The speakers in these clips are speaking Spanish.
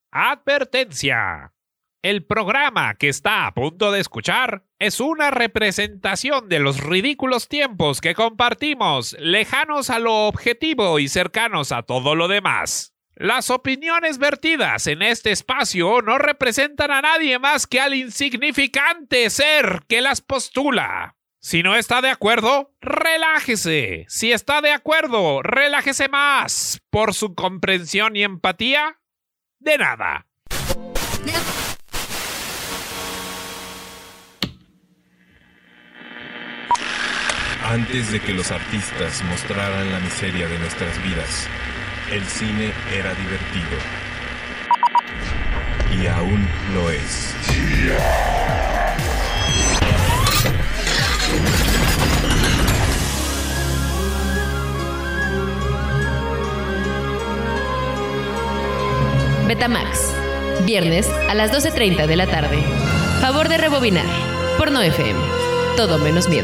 Advertencia. El programa que está a punto de escuchar es una representación de los ridículos tiempos que compartimos, lejanos a lo objetivo y cercanos a todo lo demás. Las opiniones vertidas en este espacio no representan a nadie más que al insignificante ser que las postula. Si no está de acuerdo, relájese. Si está de acuerdo, relájese más. Por su comprensión y empatía, de nada. Antes de que los artistas mostraran la miseria de nuestras vidas, el cine era divertido. Y aún lo es. Betamax, viernes a las 12:30 de la tarde. Favor de rebobinar. Porno FM. Todo menos miedo.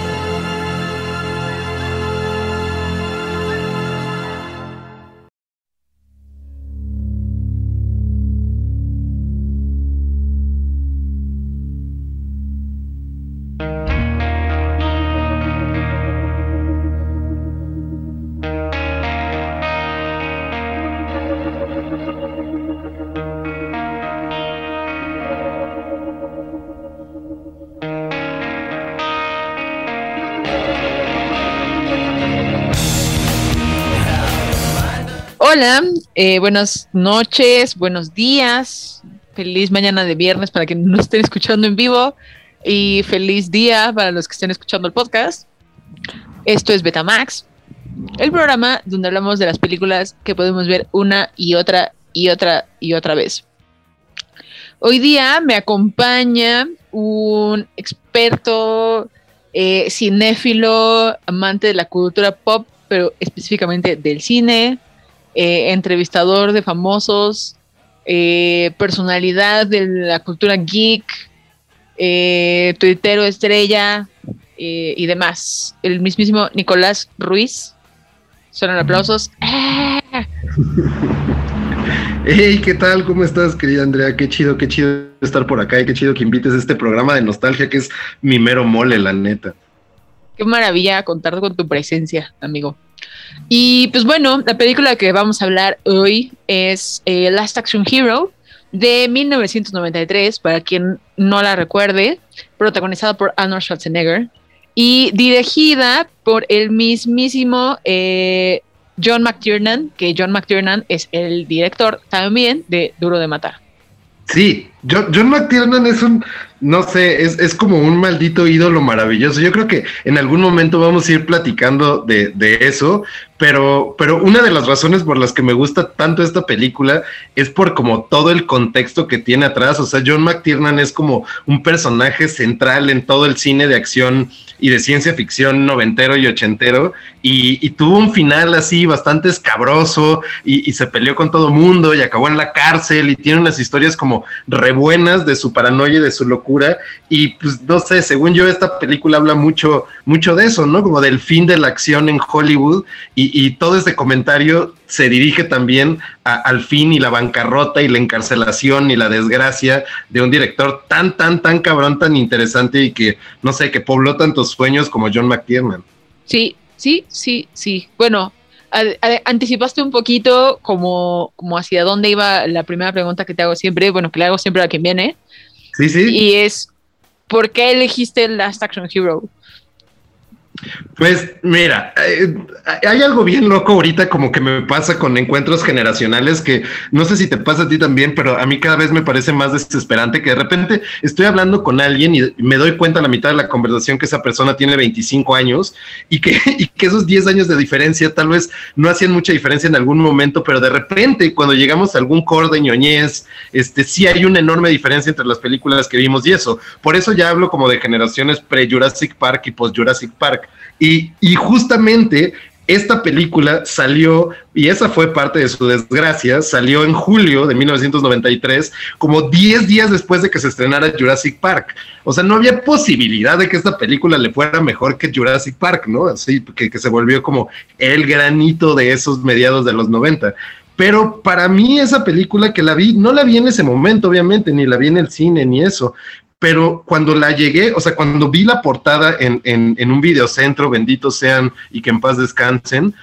Hola, buenas noches, buenos días, feliz mañana de viernes para quienes no estén escuchando en vivo y feliz día para los que estén escuchando el podcast. Esto es Betamax, el programa donde hablamos de las películas que podemos ver una y otra y otra y otra vez. Hoy día me acompaña un experto, cinéfilo, amante de la cultura pop, pero específicamente del cine, entrevistador de famosos, personalidad de la cultura geek, tuitero estrella y demás. El mismísimo Nicolás Ruiz. Suenan aplausos. Hey, ¿qué tal? ¿Cómo estás, querida Andrea? Qué chido estar por acá y qué chido que invites a este programa de nostalgia que es mi mero mole, la neta. Qué maravilla contar con tu presencia, amigo. Y pues bueno, la película que vamos a hablar hoy es Last Action Hero de 1993, para quien no la recuerde, protagonizada por Arnold Schwarzenegger y dirigida por el mismísimo John McTiernan, que John McTiernan es el director también de Duro de Matar. Sí, John McTiernan es un, no sé, es como un maldito ídolo maravilloso. Yo creo que en algún momento vamos a ir platicando de eso, pero una de las razones por las que me gusta tanto esta película es por como todo el contexto que tiene atrás. O sea, John McTiernan es como un personaje central en todo el cine de acción y de ciencia ficción noventero y ochentero, y tuvo un final así bastante escabroso, y se peleó con todo mundo y acabó en la cárcel, y tiene unas historias como re buenas de su paranoia y de su locura. Y pues no sé, según yo esta película habla mucho de eso, ¿no? Como del fin de la acción en Hollywood, y todo este comentario se dirige también al fin y la bancarrota y la encarcelación y la desgracia de un director tan cabrón, tan interesante, y que, no sé, que pobló tantos sueños como John McTiernan. Sí. Bueno, anticipaste un poquito como hacia dónde iba la primera pregunta que te hago siempre, bueno, que le hago siempre a quien viene. Sí. Y es, ¿por qué elegiste Last Action Hero? Pues mira, hay algo bien loco ahorita como que me pasa con encuentros generacionales, que no sé si te pasa a ti también, pero a mí cada vez me parece más desesperante que de repente estoy hablando con alguien y me doy cuenta a la mitad de la conversación que esa persona tiene 25 años y que esos 10 años de diferencia tal vez no hacían mucha diferencia en algún momento, pero de repente cuando llegamos a algún core de ñoñez, sí hay una enorme diferencia entre las películas que vimos, y eso. Por eso ya hablo como de generaciones pre-Jurassic Park y post-Jurassic Park. Y justamente esta película salió, y esa fue parte de su desgracia, salió en julio de 1993, como 10 días después de que se estrenara Jurassic Park. O sea, no había posibilidad de que esta película le fuera mejor que Jurassic Park, ¿no? Así que se volvió como el granito de esos mediados de los 90. Pero para mí esa película que la vi, no la vi en ese momento, obviamente, ni la vi en el cine, ni eso. Pero cuando la llegué, o sea, cuando vi la portada en un videocentro, benditos sean y que en paz descansen,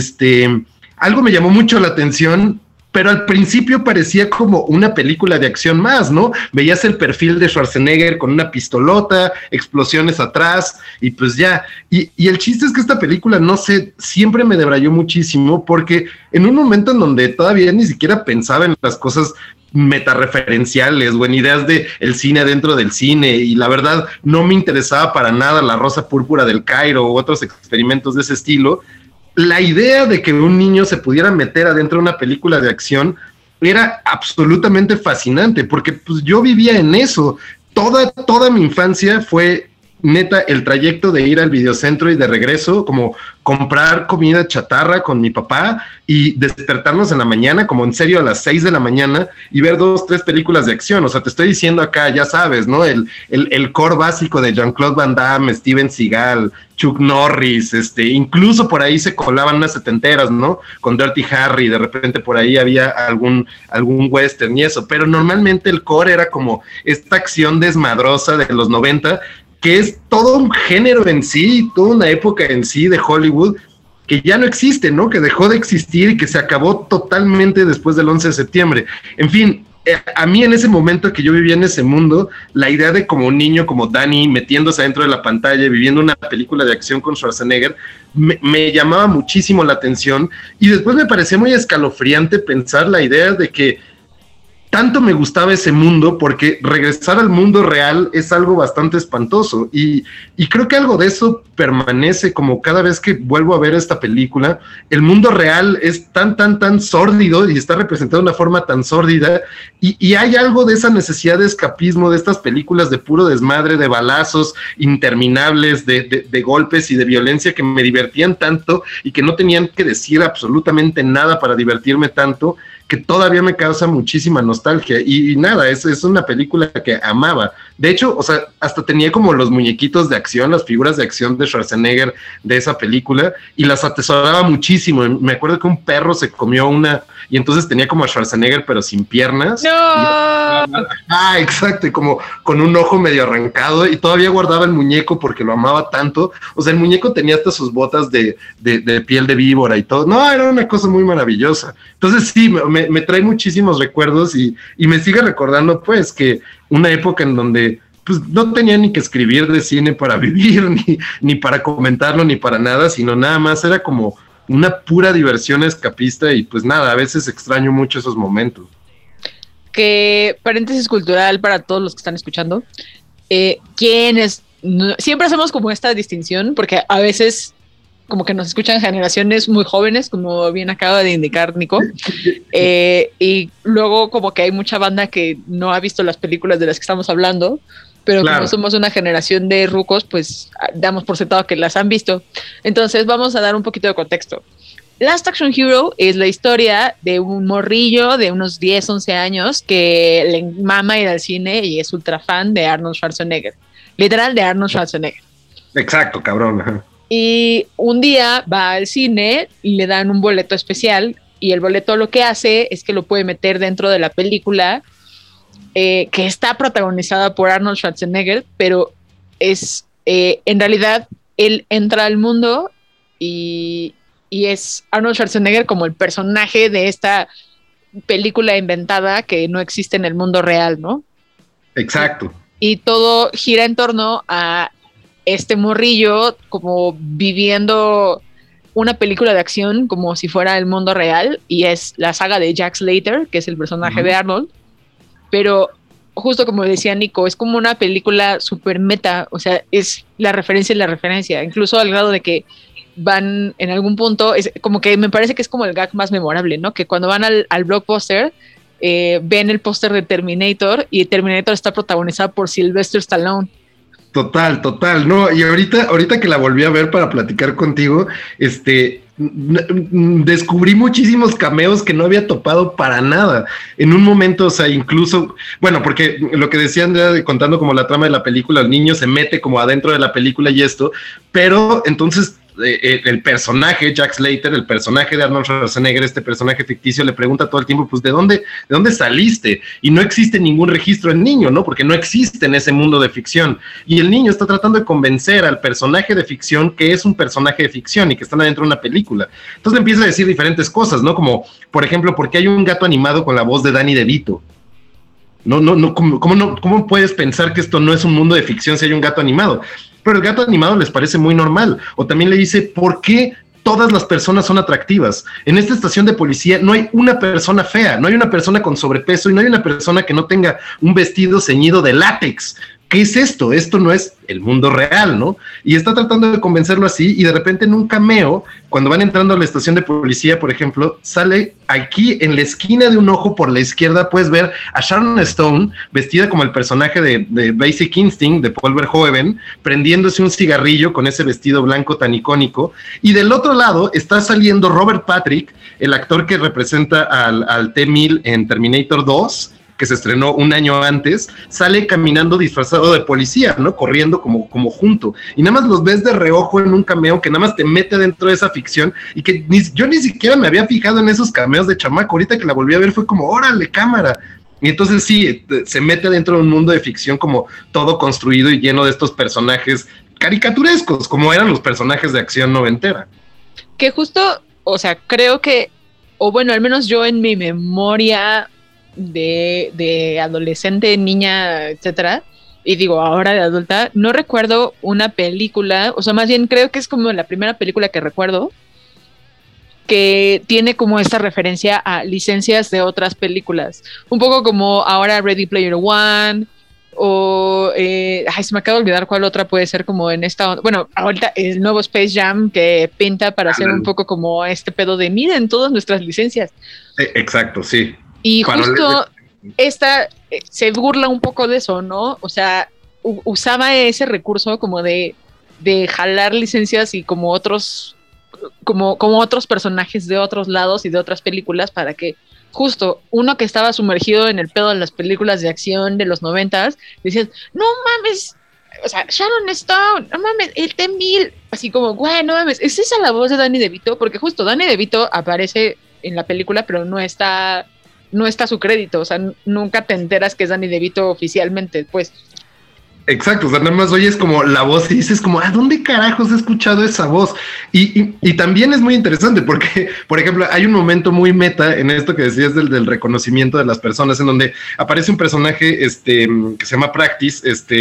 algo me llamó mucho la atención, pero al principio parecía como una película de acción más, ¿no? Veías el perfil de Schwarzenegger con una pistolota, explosiones atrás, y pues ya. Y el chiste es que esta película, no sé, siempre me debrayó muchísimo, porque en un momento en donde todavía ni siquiera pensaba en las cosas metareferenciales o en ideas de el cine dentro del cine, y la verdad no me interesaba para nada La Rosa Púrpura del Cairo u otros experimentos de ese estilo. La idea de que un niño se pudiera meter adentro de una película de acción era absolutamente fascinante, porque pues yo vivía en eso. Toda mi infancia fue neta el trayecto de ir al videocentro y de regreso, como comprar comida chatarra con mi papá y despertarnos en la mañana, como en serio a las 6 de la mañana, y ver 2, 3 películas de acción. O sea, te estoy diciendo acá, ya sabes, ¿no? El core básico de Jean-Claude Van Damme, Steven Seagal, Chuck Norris, incluso por ahí se colaban unas setenteras, ¿no? Con Dirty Harry, de repente por ahí había algún western y eso, pero normalmente el core era como esta acción desmadrosa de los 90, que es todo un género en sí, toda una época en sí de Hollywood que ya no existe, ¿no? Que dejó de existir y que se acabó totalmente después del 11 de septiembre. En fin, a mí en ese momento que yo vivía en ese mundo, la idea de como un niño como Danny metiéndose adentro de la pantalla, viviendo una película de acción con Schwarzenegger, me llamaba muchísimo la atención, y después me parecía muy escalofriante pensar la idea de que tanto me gustaba ese mundo, porque regresar al mundo real es algo bastante espantoso, y creo que algo de eso permanece como cada vez que vuelvo a ver esta película. El mundo real es tan sórdido y está representado de una forma tan sórdida, y hay algo de esa necesidad de escapismo de estas películas de puro desmadre, de balazos interminables, de golpes y de violencia que me divertían tanto y que no tenían que decir absolutamente nada para divertirme tanto, que todavía me causa muchísima nostalgia. Y nada, es una película que amaba. De hecho, o sea, hasta tenía como los muñequitos de acción, las figuras de acción de Schwarzenegger de esa película, y las atesoraba muchísimo. Me acuerdo que un perro se comió una, y entonces tenía como a Schwarzenegger pero sin piernas. ¡No! Exacto, y como con un ojo medio arrancado, y todavía guardaba el muñeco porque lo amaba tanto. O sea, el muñeco tenía hasta sus botas de piel de víbora y todo. No, era una cosa muy maravillosa. Entonces sí, me trae muchísimos recuerdos, y me sigue recordando pues que una época en donde pues no tenía ni que escribir de cine para vivir, ni para comentarlo, ni para nada, sino nada más era como una pura diversión escapista, y pues nada, a veces extraño mucho esos momentos. Que paréntesis cultural para todos los que están escuchando, quienes siempre hacemos como esta distinción, porque a veces como que nos escuchan generaciones muy jóvenes, como bien acaba de indicar Nico, y luego como que hay mucha banda que no ha visto las películas de las que estamos hablando, pero claro, como somos una generación de rucos, pues damos por sentado que las han visto. Entonces vamos a dar un poquito de contexto. Last Action Hero es la historia de un morrillo de unos 10, 11 años que le mama ir al cine y es ultra fan de Arnold Schwarzenegger, literal de Arnold Schwarzenegger. Exacto, cabrón. Ajá. Y un día va al cine y le dan un boleto especial, y el boleto lo que hace es que lo puede meter dentro de la película, que está protagonizada por Arnold Schwarzenegger, pero es en realidad él entra al mundo y es Arnold Schwarzenegger como el personaje de esta película inventada que no existe en el mundo real, ¿no? Exacto. Y todo gira en torno a este morrillo como viviendo una película de acción como si fuera el mundo real, y es la saga de Jack Slater, que es el personaje de Arnold, pero justo como decía Nico, es como una película super meta, o sea, es la referencia, incluso al grado de que van en algún punto, es como que me parece que es como el gag más memorable, ¿no? Que cuando van al blockbuster, ven el póster de Terminator, y Terminator está protagonizado por Sylvester Stallone. Total, no, y ahorita que la volví a ver para platicar contigo, descubrí muchísimos cameos que no había topado para nada. En un momento, o sea, incluso, bueno, porque lo que decían contando como la trama de la película, el niño se mete como adentro de la película y esto, pero entonces el personaje, Jack Slater, el personaje de Arnold Schwarzenegger, este personaje ficticio, le pregunta todo el tiempo, pues, ¿de dónde saliste? Y no existe ningún registro del niño, ¿no? Porque no existe en ese mundo de ficción. Y el niño está tratando de convencer al personaje de ficción que es un personaje de ficción y que están adentro de una película. Entonces le empieza a decir diferentes cosas, ¿no? Como, por ejemplo, ¿por qué hay un gato animado con la voz de Danny DeVito? ¿Cómo puedes pensar que esto no es un mundo de ficción si hay un gato animado? Pero el gato animado les parece muy normal. O también le dice, ¿por qué todas las personas son atractivas? En esta estación de policía no hay una persona fea, no hay una persona con sobrepeso y no hay una persona que no tenga un vestido ceñido de látex. ¿Qué es esto? Esto no es el mundo real, ¿no? Y está tratando de convencerlo así y de repente en un cameo, cuando van entrando a la estación de policía, por ejemplo, sale aquí en la esquina de un ojo por la izquierda, puedes ver a Sharon Stone vestida como el personaje de Basic Instinct, de Paul Verhoeven, prendiéndose un cigarrillo con ese vestido blanco tan icónico. Y del otro lado está saliendo Robert Patrick, el actor que representa al T-1000 en Terminator 2, que se estrenó un año antes, sale caminando disfrazado de policía, ¿no? Corriendo como junto. Y nada más los ves de reojo en un cameo que nada más te mete dentro de esa ficción y que yo ni siquiera me había fijado en esos cameos de chamaco. Ahorita que la volví a ver fue como, órale, cámara. Y entonces sí, se mete dentro de un mundo de ficción como todo construido y lleno de estos personajes caricaturescos, como eran los personajes de acción noventera. Que justo, o sea, creo que, o bueno, al menos yo en mi memoria de adolescente, niña, etcétera, y digo ahora de adulta, no recuerdo una película, o sea, más bien creo que es como la primera película que recuerdo que tiene como esta referencia a licencias de otras películas, un poco como ahora Ready Player One, o se me acaba de olvidar cuál otra puede ser como en esta, bueno, ahorita el nuevo Space Jam que pinta para hacer un poco como este pedo de miren todas nuestras licencias. Exacto, sí. Y justo esta se burla un poco de eso, ¿no? O sea, usaba ese recurso como de jalar licencias y como otros personajes de otros lados y de otras películas para que justo uno que estaba sumergido en el pedo de las películas de acción de los 90s, decías, no mames, o sea, Sharon Stone, no mames, el T-1000, así como, güey, no mames, ¿es esa la voz de Danny DeVito? Porque justo Danny DeVito aparece en la película, pero no está su crédito, o sea, nunca te enteras que es Danny DeVito oficialmente, pues. Exacto, o sea, nada más oyes como la voz y dices como, ¿a dónde carajos he escuchado esa voz? Y también es muy interesante porque, por ejemplo, hay un momento muy meta en esto que decías del reconocimiento de las personas, en donde aparece un personaje que se llama Practice,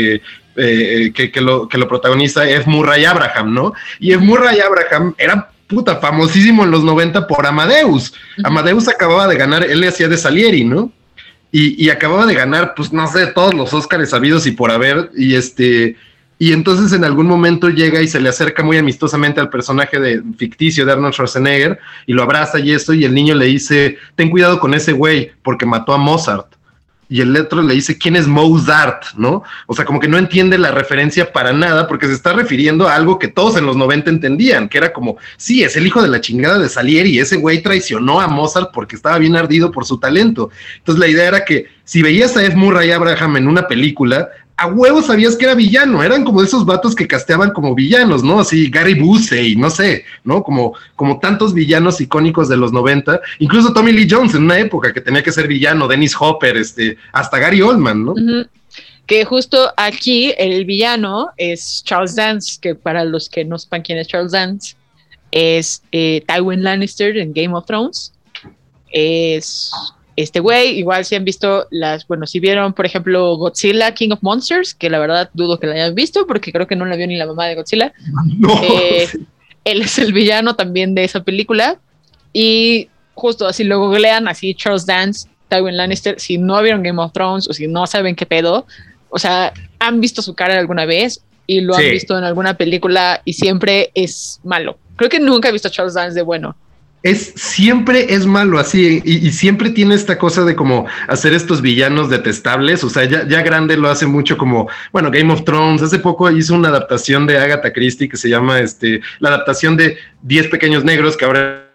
que lo protagoniza F. Murray Abraham, ¿no? Y F. Murray Abraham era famosísimo en los 90 por Amadeus. Uh-huh. Amadeus acababa de ganar, él le hacía de Salieri, ¿no? Y acababa de ganar, pues no sé, todos los Óscares habidos y por haber, y entonces en algún momento llega y se le acerca muy amistosamente al personaje ficticio de Arnold Schwarzenegger y lo abraza y esto, y el niño le dice, ten cuidado con ese güey porque mató a Mozart. Y el otro le dice, ¿quién es Mozart? ¿No? O sea, como que no entiende la referencia para nada, porque se está refiriendo a algo que todos en los 90 entendían, que era como, sí, es el hijo de la chingada de Salieri, ese güey traicionó a Mozart porque estaba bien ardido por su talento. Entonces la idea era que si veías a F. Murray Abraham en una película, a huevo sabías que era villano, eran como esos vatos que casteaban como villanos, ¿no? Así Gary Busey, no sé, ¿no? Como tantos villanos icónicos de los 90, incluso Tommy Lee Jones en una época que tenía que ser villano, Dennis Hopper, hasta Gary Oldman, ¿no? Uh-huh. Que justo aquí el villano es Charles Dance, que para los que no sepan quién es Charles Dance, es Tywin Lannister en Game of Thrones, es... Este güey, igual si han visto si vieron, por ejemplo, Godzilla, King of Monsters, que la verdad dudo que la hayan visto, porque creo que no la vio ni la mamá de Godzilla. No. Él es el villano también de esa película. Y justo así lo googlean, así Charles Dance, Tywin Lannister, si no vieron Game of Thrones o si no saben qué pedo, o sea, han visto su cara alguna vez y lo han visto en alguna película y siempre es malo. Creo que nunca he visto a Charles Dance de bueno. Siempre es malo así y siempre tiene esta cosa de como hacer estos villanos detestables, o sea, ya grande lo hace mucho como, bueno, Game of Thrones, hace poco hizo una adaptación de Agatha Christie que se llama la adaptación de 10 pequeños negros que ahora...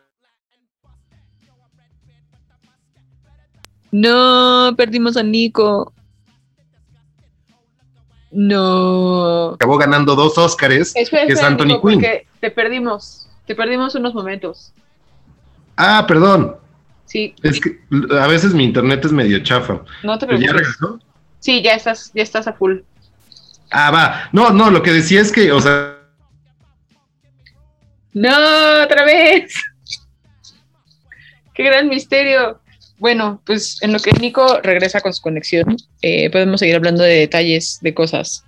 No, perdimos a Nico. No. Acabó ganando 2 Óscares, Espera, que es Anthony Nico, Quinn. porque te perdimos unos momentos. Ah, perdón. Sí, Es que a veces mi internet es medio chafa. no te ¿Pero ya preocupes. regresó? Sí, ya estás a full. Ah, va. No, lo que decía es que, o sea, No, otra vez. Qué gran misterio. Bueno, pues en lo que Nico regresa con su conexión, podemos seguir hablando de detalles, de cosas.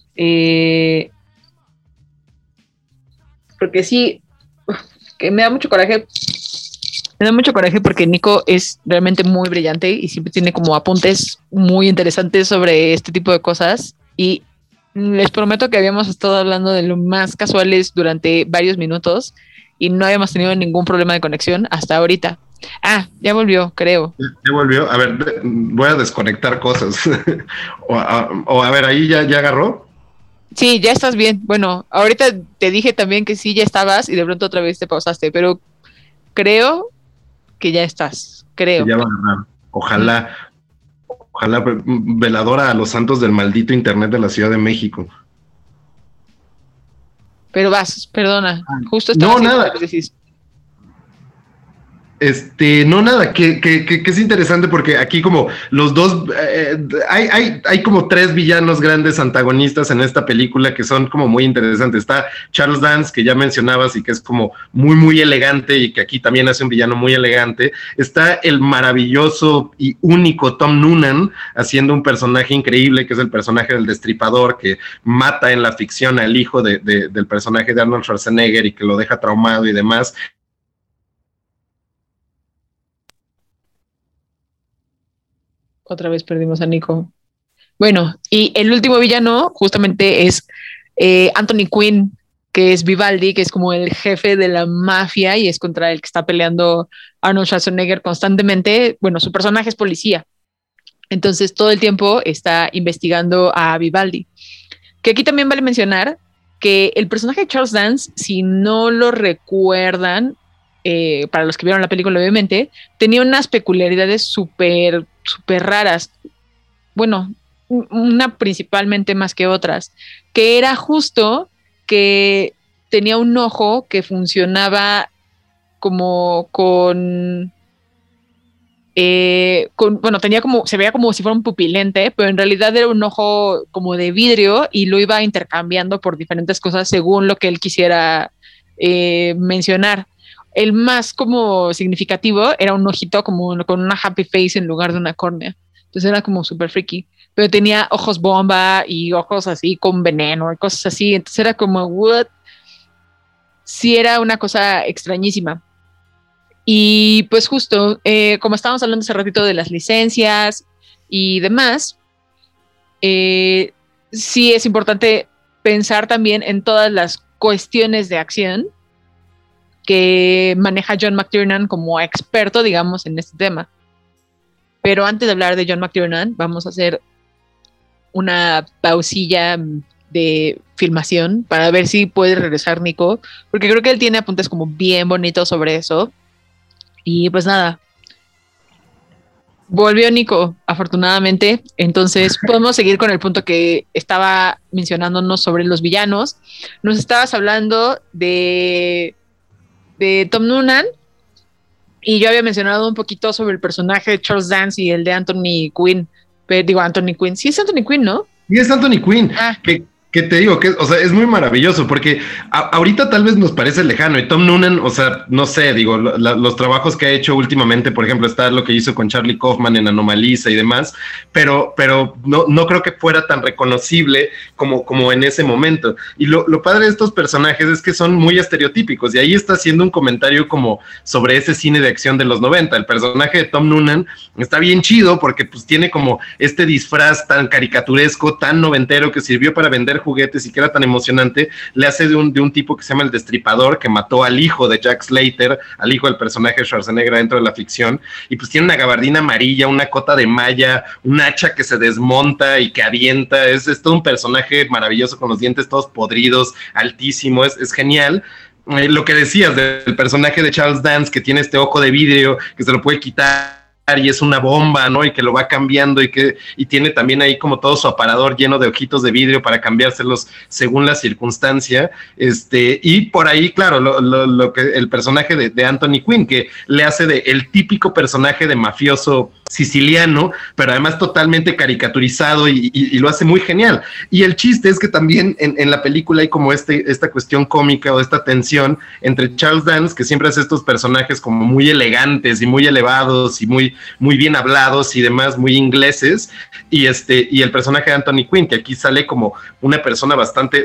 Porque sí, que me da mucho coraje. Me da mucho coraje porque Nico es realmente muy brillante y siempre tiene como apuntes muy interesantes sobre este tipo de cosas. Y les prometo que habíamos estado hablando de lo más casuales durante varios minutos y no habíamos tenido ningún problema de conexión hasta ahorita. Ah, ya volvió, creo. ya volvió. A ver, voy a desconectar cosas. o a ver, ahí ya agarró. Sí, ya estás bien. Bueno, ahorita te dije también que sí, ya estabas y de pronto otra vez te pausaste, pero creo que ya estás, creo. Ya va a agarrar. Ojalá, veladora a los santos del maldito internet de la Ciudad de México. Pero vas, perdona, justo No, estaba nada. No, nada, que es interesante porque aquí como los dos, hay como 3 villanos grandes antagonistas en esta película que son como muy interesantes. Está Charles Dance, que ya mencionabas y que es como muy, muy elegante y que aquí también hace un villano muy elegante. Está el maravilloso y único Tom Noonan haciendo un personaje increíble que es el personaje del Destripador que mata en la ficción al hijo del personaje de Arnold Schwarzenegger y que lo deja traumado y demás. Otra vez perdimos a Nico. Bueno, y el último villano justamente es Anthony Quinn, que es Vivaldi, que es como el jefe de la mafia y es contra el que está peleando Arnold Schwarzenegger constantemente. Bueno, su personaje es policía. Entonces todo el tiempo está investigando a Vivaldi. Que aquí también vale mencionar que el personaje de Charles Dance, si no lo recuerdan, para los que vieron la película obviamente, tenía unas peculiaridades súper raras. Bueno, una principalmente más que otras, que era justo que tenía un ojo que funcionaba como bueno, tenía como, se veía como si fuera un pupilente, pero en realidad era un ojo como de vidrio y lo iba intercambiando por diferentes cosas según lo que él quisiera mencionar. El más como significativo era un ojito como con una happy face en lugar de una córnea. Entonces era como súper freaky. Pero tenía ojos bomba y ojos así con veneno y cosas así. Entonces era como, what? Sí, era una cosa extrañísima. Y pues justo, como estábamos hablando hace ratito de las licencias y demás, sí es importante pensar también en todas las cuestiones de acción que maneja John McTiernan como experto, digamos, en este tema. Pero antes de hablar de John McTiernan, vamos a hacer una pausilla de filmación para ver si puede regresar Nico, porque creo que él tiene apuntes como bien bonitos sobre eso. Y pues nada, volvió Nico, afortunadamente. Entonces podemos seguir con el punto que estaba mencionándonos sobre los villanos. Nos estabas hablando de Tom Noonan y yo había mencionado un poquito sobre el personaje de Charles Dance y el de Anthony Quinn. Pero digo, Anthony Quinn. Sí, es Anthony Quinn, ¿no? Y es Anthony Quinn, que te digo, que o sea, es muy maravilloso, porque ahorita tal vez nos parece lejano, y Tom Noonan, o sea, no sé, digo, los trabajos que ha hecho últimamente, por ejemplo, está lo que hizo con Charlie Kaufman en Anomalisa y demás, pero no creo que fuera tan reconocible como en ese momento. Y lo padre de estos personajes es que son muy estereotípicos, y ahí está haciendo un comentario como sobre ese cine de acción de los 90. El personaje de Tom Noonan está bien chido, porque pues tiene como este disfraz tan caricaturesco, tan noventero, que sirvió para vender juguetes y que era tan emocionante. Le hace de un tipo que se llama el Destripador, que mató al hijo de Jack Slater, al hijo del personaje de Schwarzenegger dentro de la ficción, y pues tiene una gabardina amarilla, una cota de malla, un hacha que se desmonta y que avienta. Es todo un personaje maravilloso con los dientes todos podridos, altísimo, es genial. Lo que decías del personaje de Charles Dance, que tiene este ojo de vidrio, que se lo puede quitar y es una bomba, ¿no? Y que lo va cambiando y tiene también ahí como todo su aparador lleno de ojitos de vidrio para cambiárselos según la circunstancia. Y por ahí, claro, lo que el personaje de Anthony Quinn, que le hace de el típico personaje de mafioso siciliano, pero además totalmente caricaturizado y lo hace muy genial. Y el chiste es que también en la película hay como esta cuestión cómica o esta tensión entre Charles Dance, que siempre hace estos personajes como muy elegantes y muy elevados y muy, muy bien hablados y demás, muy ingleses, y el personaje de Anthony Quinn, que aquí sale como una persona bastante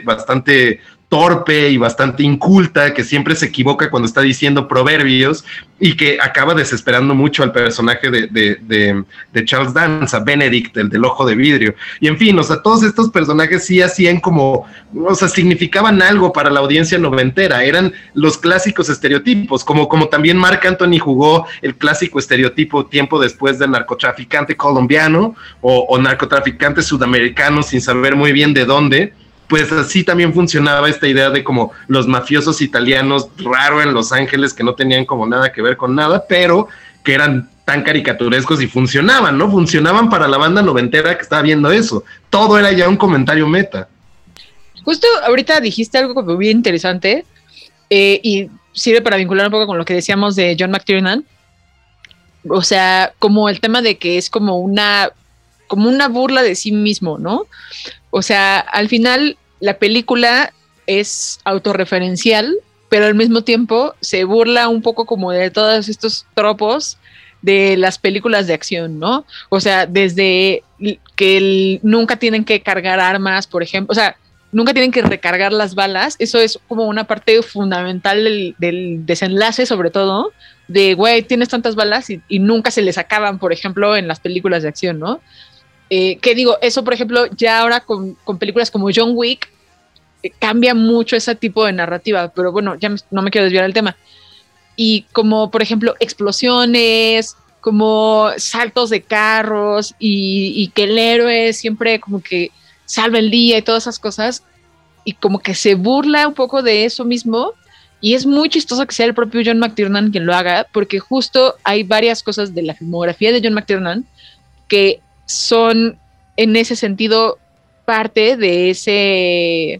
torpe y bastante inculta, que siempre se equivoca cuando está diciendo proverbios y que acaba desesperando mucho al personaje de Charles Dance, a Benedict, el del ojo de vidrio. Y en fin, o sea, todos estos personajes sí hacían como, o sea, significaban algo para la audiencia noventera, eran los clásicos estereotipos, como también Marc Anthony jugó el clásico estereotipo tiempo después del narcotraficante colombiano o narcotraficante sudamericano sin saber muy bien de dónde. Pues así también funcionaba esta idea de como los mafiosos italianos raro en Los Ángeles que no tenían como nada que ver con nada, pero que eran tan caricaturescos y funcionaban, ¿no? Funcionaban para la banda noventera que estaba viendo eso. Todo era ya un comentario meta. Justo ahorita dijiste algo como bien interesante y sirve para vincular un poco con lo que decíamos de John McTiernan. O sea, como el tema de que es como una burla de sí mismo, ¿no? O sea, al final la película es autorreferencial, pero al mismo tiempo se burla un poco como de todos estos tropos de las películas de acción, ¿no? O sea, desde que nunca tienen que cargar armas, por ejemplo, o sea, nunca tienen que recargar las balas, eso es como una parte fundamental del desenlace, sobre todo, de, güey, tienes tantas balas y nunca se les acaban, por ejemplo, en las películas de acción, ¿no? Que digo, eso por ejemplo, ya ahora con películas como John Wick, cambia mucho ese tipo de narrativa, pero bueno, ya no me quiero desviar del tema. Y como por ejemplo, explosiones, como saltos de carros y que el héroe siempre como que salva el día y todas esas cosas, y como que se burla un poco de eso mismo, y es muy chistoso que sea el propio John McTiernan quien lo haga, porque justo hay varias cosas de la filmografía de John McTiernan que son en ese sentido parte de ese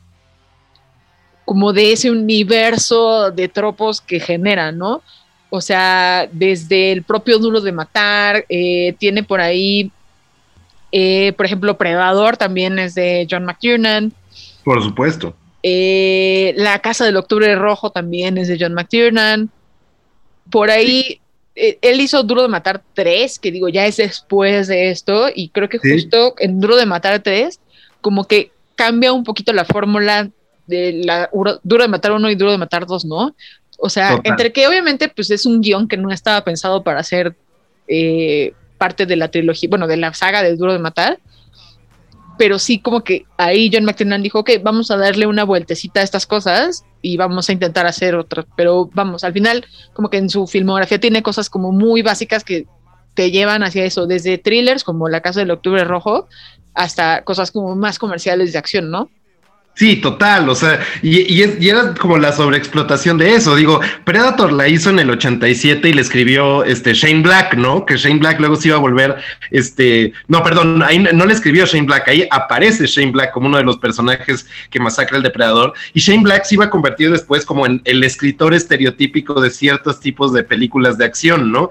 universo de tropos que genera, ¿no? O sea, desde el propio Duro de Matar, tiene por ahí, por ejemplo, Predador también es de John McTiernan. Por supuesto. La Casa del Octubre Rojo también es de John McTiernan. Por ahí... Sí. Él hizo Duro de Matar 3, que digo, ya es después de esto, y creo que justo en Duro de Matar 3, como que cambia un poquito la fórmula de la Duro de Matar 1 y Duro de Matar 2, ¿no? O sea, total. Entre que obviamente pues es un guión que no estaba pensado para ser parte de la trilogía, bueno, de la saga de Duro de Matar, pero sí como que ahí John McTiernan dijo, ok, vamos a darle una vueltecita a estas cosas y vamos a intentar hacer otra, pero vamos, al final como que en su filmografía tiene cosas como muy básicas que te llevan hacia eso, desde thrillers como La Casa del Octubre Rojo hasta cosas como más comerciales de acción, ¿no? Sí, total, o sea, y era como la sobreexplotación de eso, digo, Predator la hizo en el 87 y le escribió Shane Black, ¿no? Que Shane Black luego se iba a volver, no, perdón, ahí no le escribió Shane Black, ahí aparece Shane Black como uno de los personajes que masacra el depredador, y Shane Black se iba a convertir después como en el escritor estereotípico de ciertos tipos de películas de acción, ¿no?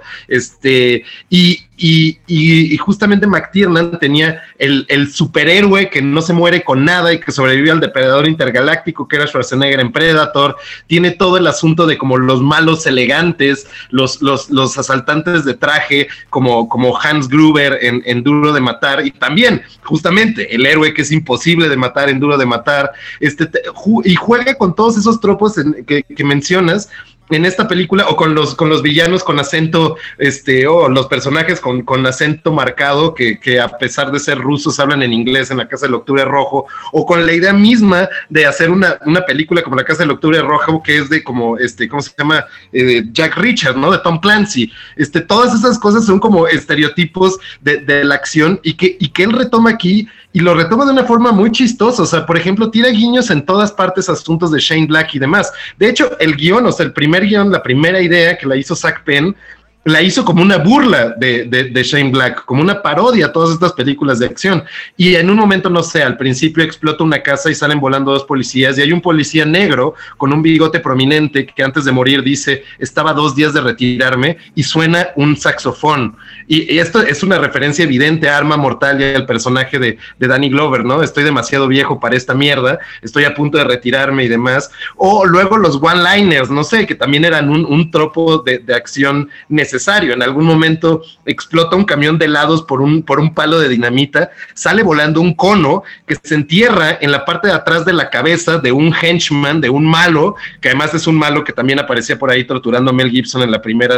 Y justamente McTiernan tenía el superhéroe que no se muere con nada y que sobrevive al depredador intergaláctico, que era Schwarzenegger en Predator. Tiene todo el asunto de como los malos elegantes, los asaltantes de traje, como Hans Gruber en Duro de Matar, y también justamente el héroe que es imposible de matar en Duro de Matar, y juega con todos esos tropos que mencionas en esta película, o con los villanos con acento, o los personajes con acento marcado, que a pesar de ser rusos hablan en inglés en La Casa del Octubre Rojo, o con la idea misma de hacer una película como La Casa del Octubre Rojo, que es de como, ¿cómo se llama? Jack Reacher, ¿no? De Tom Clancy. Todas esas cosas son como estereotipos de la acción, y que él retoma aquí, y lo retoma de una forma muy chistosa. O sea, por ejemplo, tira guiños en todas partes, asuntos de Shane Black y demás. De hecho, el guión, o sea, el primer guión, la primera idea que la hizo Zach Penn, la hizo como una burla de Shane Black, como una parodia a todas estas películas de acción. Y en un momento, no sé, al principio explota una casa y salen volando 2 policías y hay un policía negro con un bigote prominente que antes de morir dice, estaba 2 días de retirarme, y suena un saxofón. Y esto es una referencia evidente a Arma Mortal y al personaje de Danny Glover, ¿no? Estoy demasiado viejo para esta mierda, estoy a punto de retirarme y demás. O luego los one-liners, no sé, que también eran un tropo de acción necesario. En algún momento explota un camión de helados por un palo de dinamita, sale volando un cono que se entierra en la parte de atrás de la cabeza de un henchman, de un malo, que además es un malo que también aparecía por ahí torturando a Mel Gibson en la primera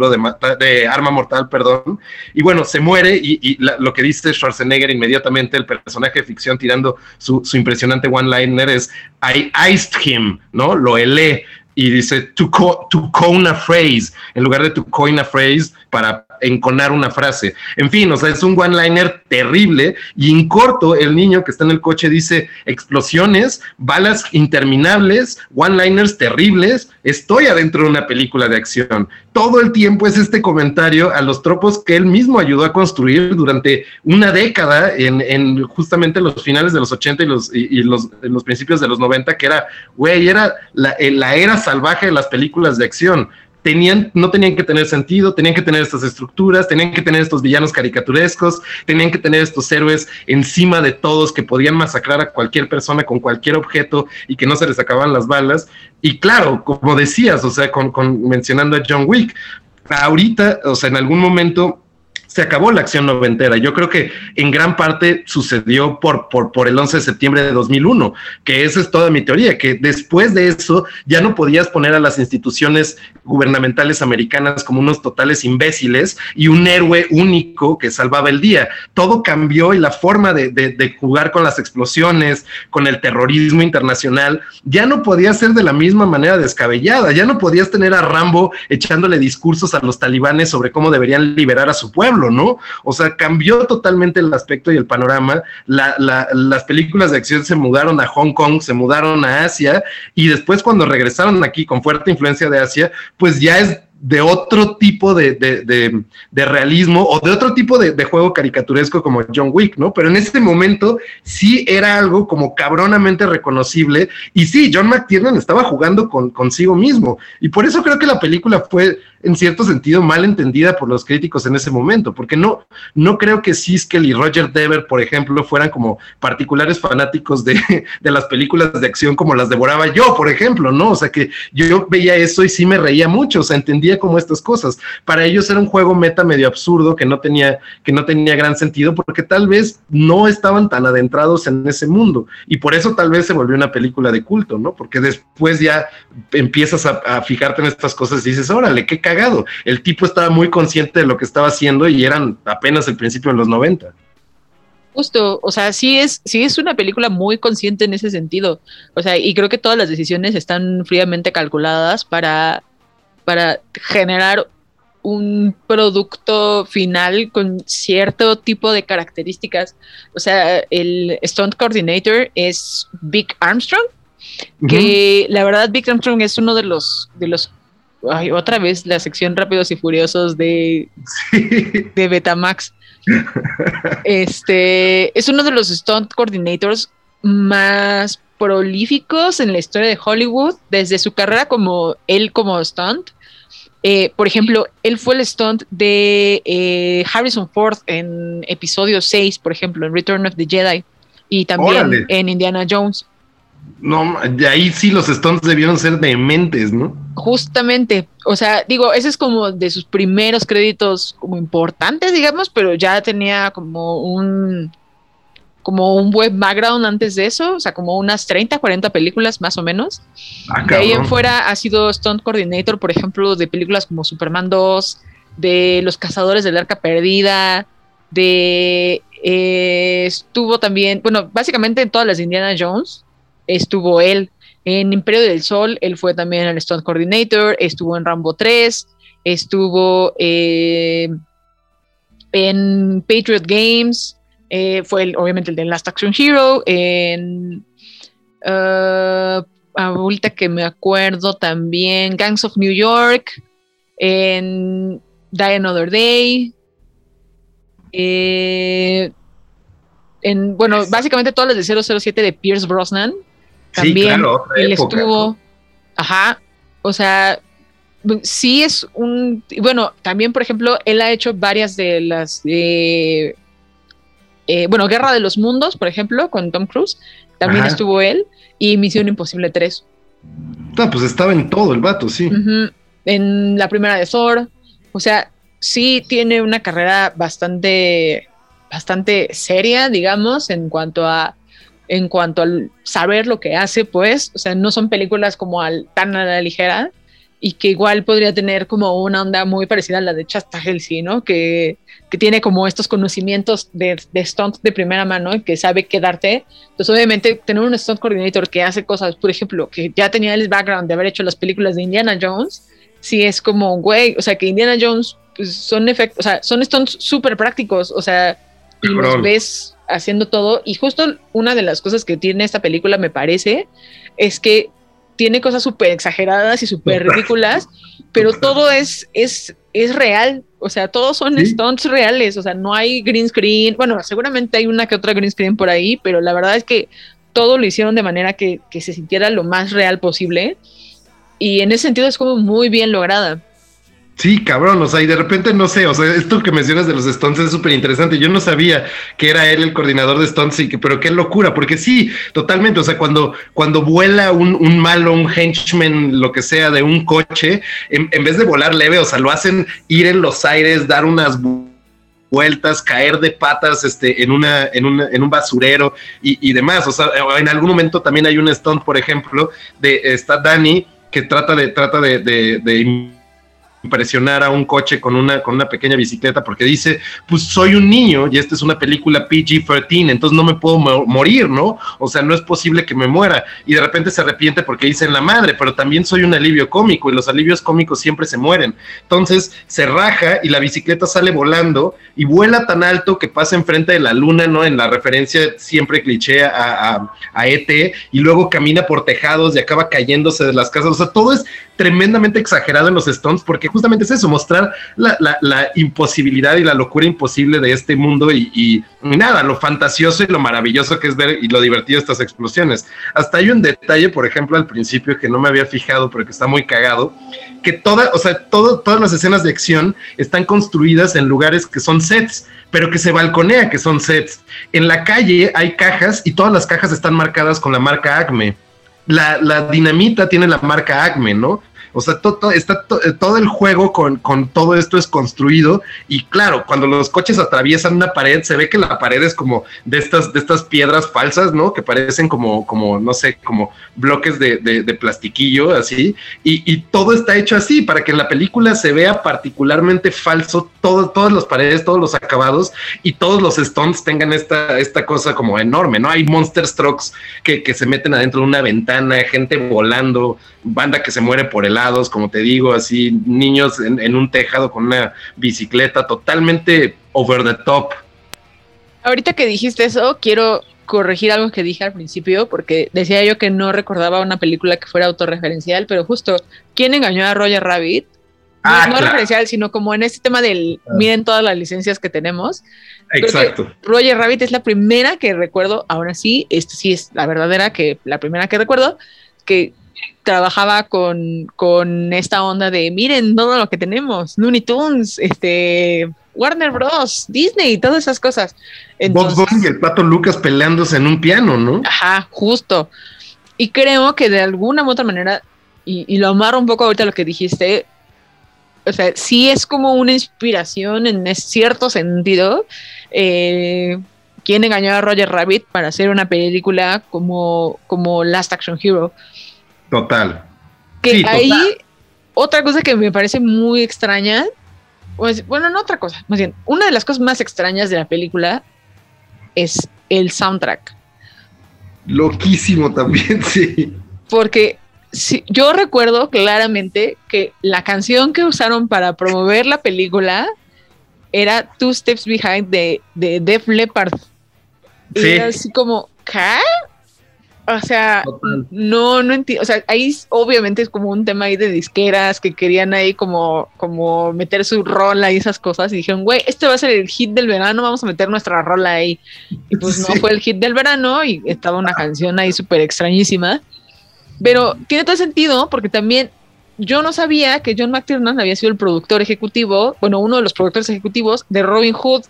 de Arma Mortal, perdón. Y bueno, se muere y lo que dice Schwarzenegger inmediatamente, el personaje de ficción tirando su impresionante one-liner es I iced him, ¿no? Lo helé. Y dice to coin a phrase, en lugar de to coin a phrase, para enconar una frase. En fin, o sea, es un one-liner terrible, y en corto el niño que está en el coche dice explosiones, balas interminables, one-liners terribles, estoy adentro de una película de acción. Todo el tiempo es este comentario a los tropos que él mismo ayudó a construir durante una década en justamente los finales de los 80 y los principios de los 90, que era la era salvaje de las películas de acción. No tenían que tener sentido, tenían que tener estas estructuras, tenían que tener estos villanos caricaturescos, tenían que tener estos héroes encima de todos que podían masacrar a cualquier persona con cualquier objeto y que no se les acababan las balas. Y claro, como decías, o sea, mencionando a John Wick, ahorita, o sea, en algún momento se acabó la acción noventera. Yo creo que en gran parte sucedió por el 11 de septiembre de 2001, que esa es toda mi teoría, que después de eso ya no podías poner a las instituciones gubernamentales americanas como unos totales imbéciles y un héroe único que salvaba el día. Todo cambió y la forma de jugar con las explosiones, con el terrorismo internacional, ya no podía ser de la misma manera descabellada. Ya no podías tener a Rambo echándole discursos a los talibanes sobre cómo deberían liberar a su pueblo, ¿no? O sea, cambió totalmente el aspecto y el panorama. Las películas de acción se mudaron a Hong Kong, se mudaron a Asia, y después cuando regresaron aquí con fuerte influencia de Asia, pues ya es de otro tipo de realismo o de otro tipo de juego caricaturesco como John Wick, ¿no? Pero en ese momento sí era algo como cabronamente reconocible, y sí, John McTiernan estaba jugando consigo mismo, y por eso creo que la película fue en cierto sentido mal entendida por los críticos en ese momento, porque no creo que Siskel y Roger Dever, por ejemplo, fueran como particulares fanáticos de las películas de acción como las devoraba yo, por ejemplo, ¿no? O sea, que yo veía eso y sí me reía mucho, o sea, entendía como estas cosas. Para ellos era un juego meta medio absurdo que no tenía gran sentido, porque tal vez no estaban tan adentrados en ese mundo, y por eso tal vez se volvió una película de culto, ¿no? Porque después ya empiezas a fijarte en estas cosas y dices, órale, qué cagado. El tipo estaba muy consciente de lo que estaba haciendo y eran apenas el principio de los 90. Justo, o sea, sí es una película muy consciente en ese sentido. O sea, y creo que todas las decisiones están fríamente calculadas para generar un producto final con cierto tipo de características. O sea, el stunt coordinator es Vic Armstrong, que la verdad Vic Armstrong es uno de los ay, otra vez la sección Rápidos y Furiosos de Betamax. Es uno de los stunt coordinators más prolíficos en la historia de Hollywood, desde su carrera como stunt. Por ejemplo, él fue el stunt de Harrison Ford en episodio 6, por ejemplo, en Return of the Jedi, y también en Indiana Jones. No, de ahí sí los stunts debieron ser dementes, ¿no? Justamente, o sea, digo, ese es como de sus primeros créditos como importantes, digamos, pero ya tenía como un buen background antes de eso, o sea, como unas 30, 40 películas más o menos. De ahí en fuera ha sido stunt coordinator, por ejemplo, de películas como Superman 2, de Los Cazadores del Arca Perdida, estuvo también, bueno, básicamente en todas las de Indiana Jones estuvo él. En Imperio del Sol, él fue también el stunt coordinator, estuvo en Rambo 3, estuvo en Patriot Games, fue obviamente el de Last Action Hero, ahorita que me acuerdo también, Gangs of New York, Die Another Day. Bueno, básicamente todas las de 007 de Pierce Brosnan. También sí, claro, otra él época, estuvo. ¿no? Ajá. O sea, sí es un. Bueno, también, por ejemplo, él ha hecho varias de las. Bueno, Guerra de los Mundos, por ejemplo, con Tom Cruise. También estuvo él. Y Misión Imposible 3. No, pues estaba en todo el vato, sí. Uh-huh. En la primera de Thor. O sea, sí tiene una carrera bastante seria, digamos, en cuanto al saber lo que hace, pues. O sea, no son películas como tan a la ligera, y que igual podría tener como una onda muy parecida a la de Chad Stahelski, ¿no? Que tiene como estos conocimientos de stunt de primera mano y que sabe qué darte. Entonces, obviamente, tener un stunt coordinator que hace cosas, por ejemplo, que ya tenía el background de haber hecho las películas de Indiana Jones, sí es como, güey, o sea, que Indiana Jones pues, son efectos, o sea, son stunts súper prácticos, o sea, y los ves haciendo todo. Y justo una de las cosas que tiene esta película, me parece, es que tiene cosas súper exageradas y súper ridículas, pero todo es real. O sea, todos son stunts reales. O sea, no hay green screen. Bueno, seguramente hay una que otra green screen por ahí, pero la verdad es que todo lo hicieron de manera que se sintiera lo más real posible. Y en ese sentido es como muy bien lograda. Sí, cabrón, o sea, y de repente no sé, o sea, esto que mencionas de los stunts es súper interesante. Yo no sabía que era él el coordinador de stunts, pero qué locura, porque sí, totalmente, o sea, cuando vuela un malo, un henchman, lo que sea, de un coche, en vez de volar leve, o sea, lo hacen ir en los aires, dar unas vueltas, caer de patas en un basurero y demás. O sea, en algún momento también hay un stunt, por ejemplo, está Danny, que trata de impresionar a un coche con una pequeña bicicleta, porque dice, pues soy un niño y esta es una película PG-13, entonces no me puedo morir, ¿no? O sea, no es posible que me muera. Y de repente se arrepiente porque dice en la madre, pero también soy un alivio cómico y los alivios cómicos siempre se mueren. Entonces se raja y la bicicleta sale volando y vuela tan alto que pasa enfrente de la luna, ¿no? En la referencia siempre cliché a E.T., y luego camina por tejados y acaba cayéndose de las casas. O sea, todo es tremendamente exagerado en los stunts, porque justamente es eso, mostrar la imposibilidad y la locura imposible de este mundo y nada, lo fantasioso y lo maravilloso que es ver y lo divertido de estas explosiones. Hasta hay un detalle, por ejemplo, al principio que no me había fijado, pero que está muy cagado, que todas las escenas de acción están construidas en lugares que son sets, pero que se balconea que son sets. En la calle hay cajas y todas las cajas están marcadas con la marca Acme. La dinamita tiene la marca Acme, ¿no? O sea, todo el juego con todo esto es construido, y claro, cuando los coches atraviesan una pared, se ve que la pared es como de estas piedras falsas, ¿no? Que parecen como no sé, como bloques de plastiquillo, así, y todo está hecho así, para que en la película se vea particularmente falso, todas las paredes, todos los acabados, y todos los stunts tengan esta cosa como enorme, ¿no? Hay monster trucks que se meten adentro de una ventana, gente volando, banda que se muere por helados, como te digo, así, niños en un tejado con una bicicleta, totalmente over the top. Ahorita que dijiste eso, quiero corregir algo que dije al principio, porque decía yo que no recordaba una película que fuera autorreferencial, pero justo, ¿quién engañó a Roger Rabbit? No claro. Referencial, sino como en este tema del miren todas las licencias que tenemos. Exacto. Roger Rabbit es la primera que recuerdo, ahora sí, sí es la verdadera, la primera que recuerdo, que trabajaba con esta onda de miren todo lo que tenemos, Looney Tunes, Warner Bros, Disney, todas esas cosas. Entonces, Bob Bunny y el Pato Lucas peleándose en un piano, ¿no? Ajá, justo. Y creo que de alguna u otra manera, y lo amarro un poco ahorita a lo que dijiste, o sea, sí es como una inspiración en cierto sentido. ¿Quién engañó a Roger Rabbit para hacer una película como Last Action Hero? Total. Que sí, ahí, total. Otra cosa que me parece muy extraña, pues, bueno, no otra cosa, más bien, una de las cosas más extrañas de la película es el soundtrack. Loquísimo también, sí. Porque sí, yo recuerdo claramente que la canción que usaron para promover la película era Two Steps Behind de Def Leppard. Sí. Y era así como, ¿qué? O sea, Total. no entiendo. O sea, ahí obviamente es como un tema ahí de disqueras que querían ahí como meter su rola y esas cosas. Y dijeron, güey, este va a ser el hit del verano, vamos a meter nuestra rola ahí. Y pues no Sí. fue el hit del verano y estaba una canción ahí súper extrañísima. Pero tiene todo sentido porque también yo no sabía que John McTiernan había sido el productor ejecutivo, bueno, uno de los productores ejecutivos de Robin Hood.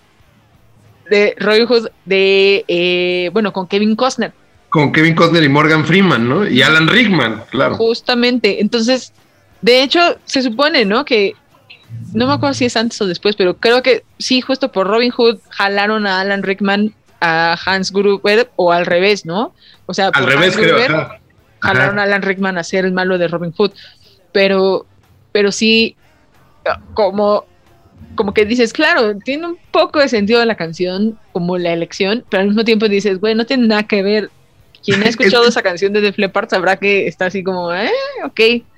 Bueno, con Kevin Costner. Con Kevin Costner y Morgan Freeman, ¿no? Y Alan Rickman, claro. Justamente. Entonces, de hecho, se supone, ¿no? Que no me acuerdo si es antes o después, pero creo que sí, justo por Robin Hood jalaron a Alan Rickman a Hans Gruber o al revés, ¿no? O sea, Al por revés, Hans creo. Gruber Ajá. jalaron a Alan Rickman a ser el malo de Robin Hood. Pero sí, como que dices, claro, tiene un poco de sentido la canción, como la elección, pero al mismo tiempo dices, güey, no tiene nada que ver. Quien ha escuchado esa canción de Def Leppard sabrá que está así como, ok.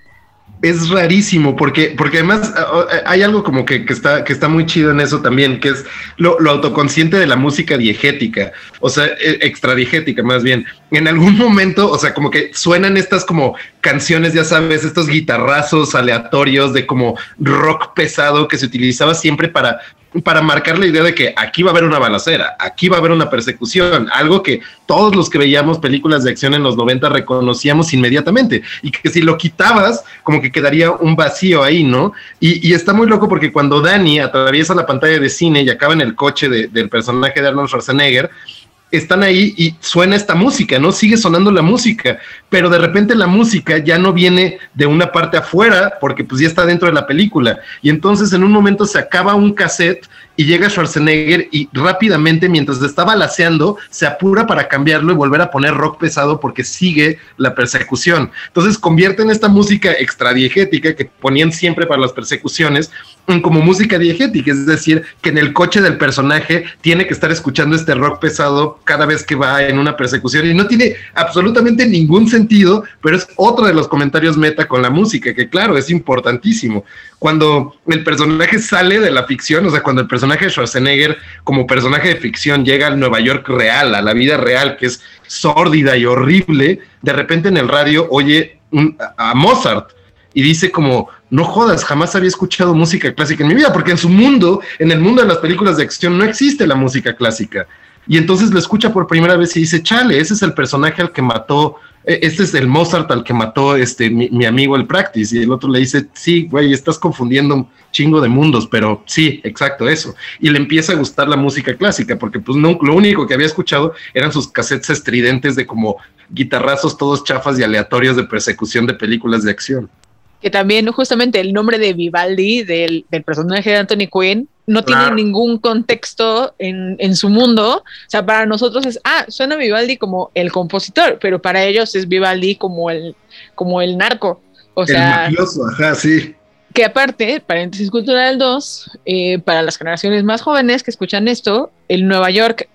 Es rarísimo, porque además hay algo como que está muy chido en eso también, que es lo autoconsciente de la música diegética, o sea, extradiegética más bien. En algún momento, o sea, como que suenan estas como canciones, ya sabes, estos guitarrazos aleatorios de como rock pesado que se utilizaba siempre para marcar la idea de que aquí va a haber una balacera, aquí va a haber una persecución, algo que todos los que veíamos películas de acción en los 90 reconocíamos inmediatamente, y que si lo quitabas, como que quedaría un vacío ahí, ¿no? Y está muy loco porque cuando Danny atraviesa la pantalla de cine y acaba en el coche del personaje de Arnold Schwarzenegger, están ahí y suena esta música, ¿no? Sigue sonando la música, pero de repente la música ya no viene de una parte afuera, porque pues ya está dentro de la película, y entonces en un momento se acaba un cassette y llega Schwarzenegger y rápidamente, mientras está balaceando, se apura para cambiarlo y volver a poner rock pesado porque sigue la persecución. Entonces convierten esta música extradiegética que ponían siempre para las persecuciones en como música diegética, es decir, que en el coche del personaje tiene que estar escuchando este rock pesado cada vez que va en una persecución, y no tiene absolutamente ningún sentido, pero es otro de los comentarios meta con la música, que claro, es importantísimo. Cuando el personaje sale de la ficción, o sea, cuando el personaje de Schwarzenegger como personaje de ficción llega al Nueva York real, a la vida real, que es sórdida y horrible, de repente en el radio oye a Mozart y dice como, no jodas, jamás había escuchado música clásica en mi vida, porque en su mundo, en el mundo de las películas de acción, no existe la música clásica. Y entonces lo escucha por primera vez y dice, chale, ese es el personaje al que mató, este es el Mozart al que mató mi amigo el Practice. Y el otro le dice, sí, güey, estás confundiendo un chingo de mundos, pero sí, exacto, eso. Y le empieza a gustar la música clásica, porque pues no, lo único que había escuchado eran sus cassettes estridentes de como guitarrazos todos chafas y aleatorios de persecución de películas de acción. Que también justamente el nombre de Vivaldi, del personaje de Anthony Quinn, no tiene ningún contexto en su mundo. O sea, para nosotros es, suena Vivaldi como el compositor, pero para ellos es Vivaldi como el narco. O sea, el mafioso, ajá, sí. Que aparte, paréntesis cultural 2, para las generaciones más jóvenes que escuchan esto, el Nueva York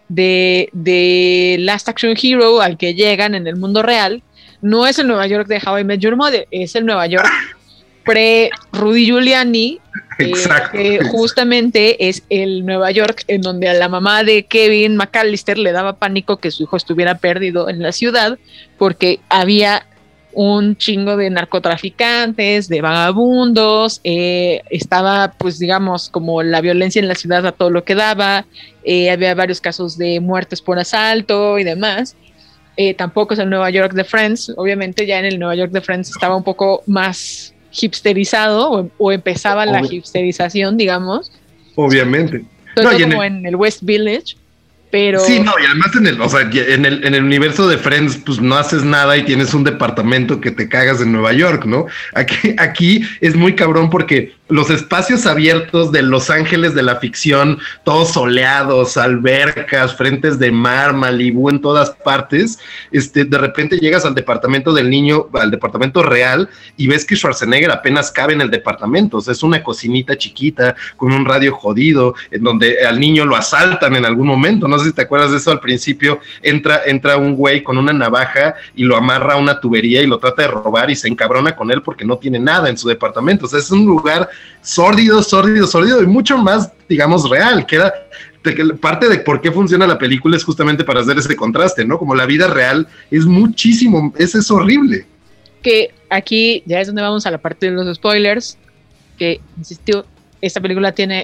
de Last Action Hero al que llegan en el mundo real, no es el Nueva York de How I Met Your Mother, es el Nueva York pre-Rudy Giuliani, que justamente es el Nueva York en donde a la mamá de Kevin McAllister le daba pánico que su hijo estuviera perdido en la ciudad porque había un chingo de narcotraficantes, de vagabundos, estaba pues digamos como la violencia en la ciudad a todo lo que daba, había varios casos de muertes por asalto y demás. Tampoco es el Nueva York de Friends, obviamente ya en el Nueva York de Friends estaba un poco más hipsterizado o empezaba la hipsterización, digamos. Obviamente. Todo como en el West Village, pero... Sí, no, y además en el universo de Friends, pues no haces nada y tienes un departamento que te cagas en Nueva York, ¿no? Aquí es muy cabrón porque los espacios abiertos de Los Ángeles de la ficción, todos soleados, albercas, frentes de mar, Malibú en todas partes, de repente llegas al departamento del niño, al departamento real, y ves que Schwarzenegger apenas cabe en el departamento. O sea, es una cocinita chiquita con un radio jodido, en donde al niño lo asaltan en algún momento. No sé si te acuerdas de eso. Al principio entra un güey con una navaja y lo amarra a una tubería y lo trata de robar y se encabrona con él porque no tiene nada en su departamento. O sea, es un lugar sórdido y mucho más, digamos, real, que era parte de por qué funciona la película es justamente para hacer ese contraste, ¿no? Como la vida real es muchísimo, es horrible. Que aquí ya es donde vamos a la parte de los spoilers, que, insistió, esta película tiene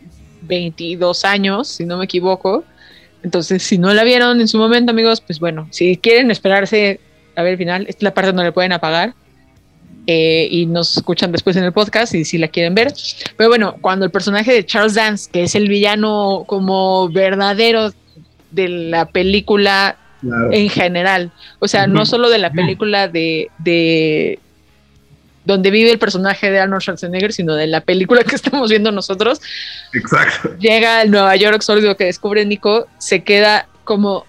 22 años, si no me equivoco. Entonces, si no la vieron en su momento, amigos, pues bueno, si quieren esperarse a ver el final, esta es la parte donde le pueden apagar y nos escuchan después en el podcast y si la quieren ver. Pero bueno, cuando el personaje de Charles Dance, que es el villano como verdadero de la película, claro, en general, o sea, no solo de la película de donde vive el personaje de Arnold Schwarzenegger, sino de la película que estamos viendo nosotros. Exacto. Llega al Nueva York sórdido que descubre Nico, se queda como,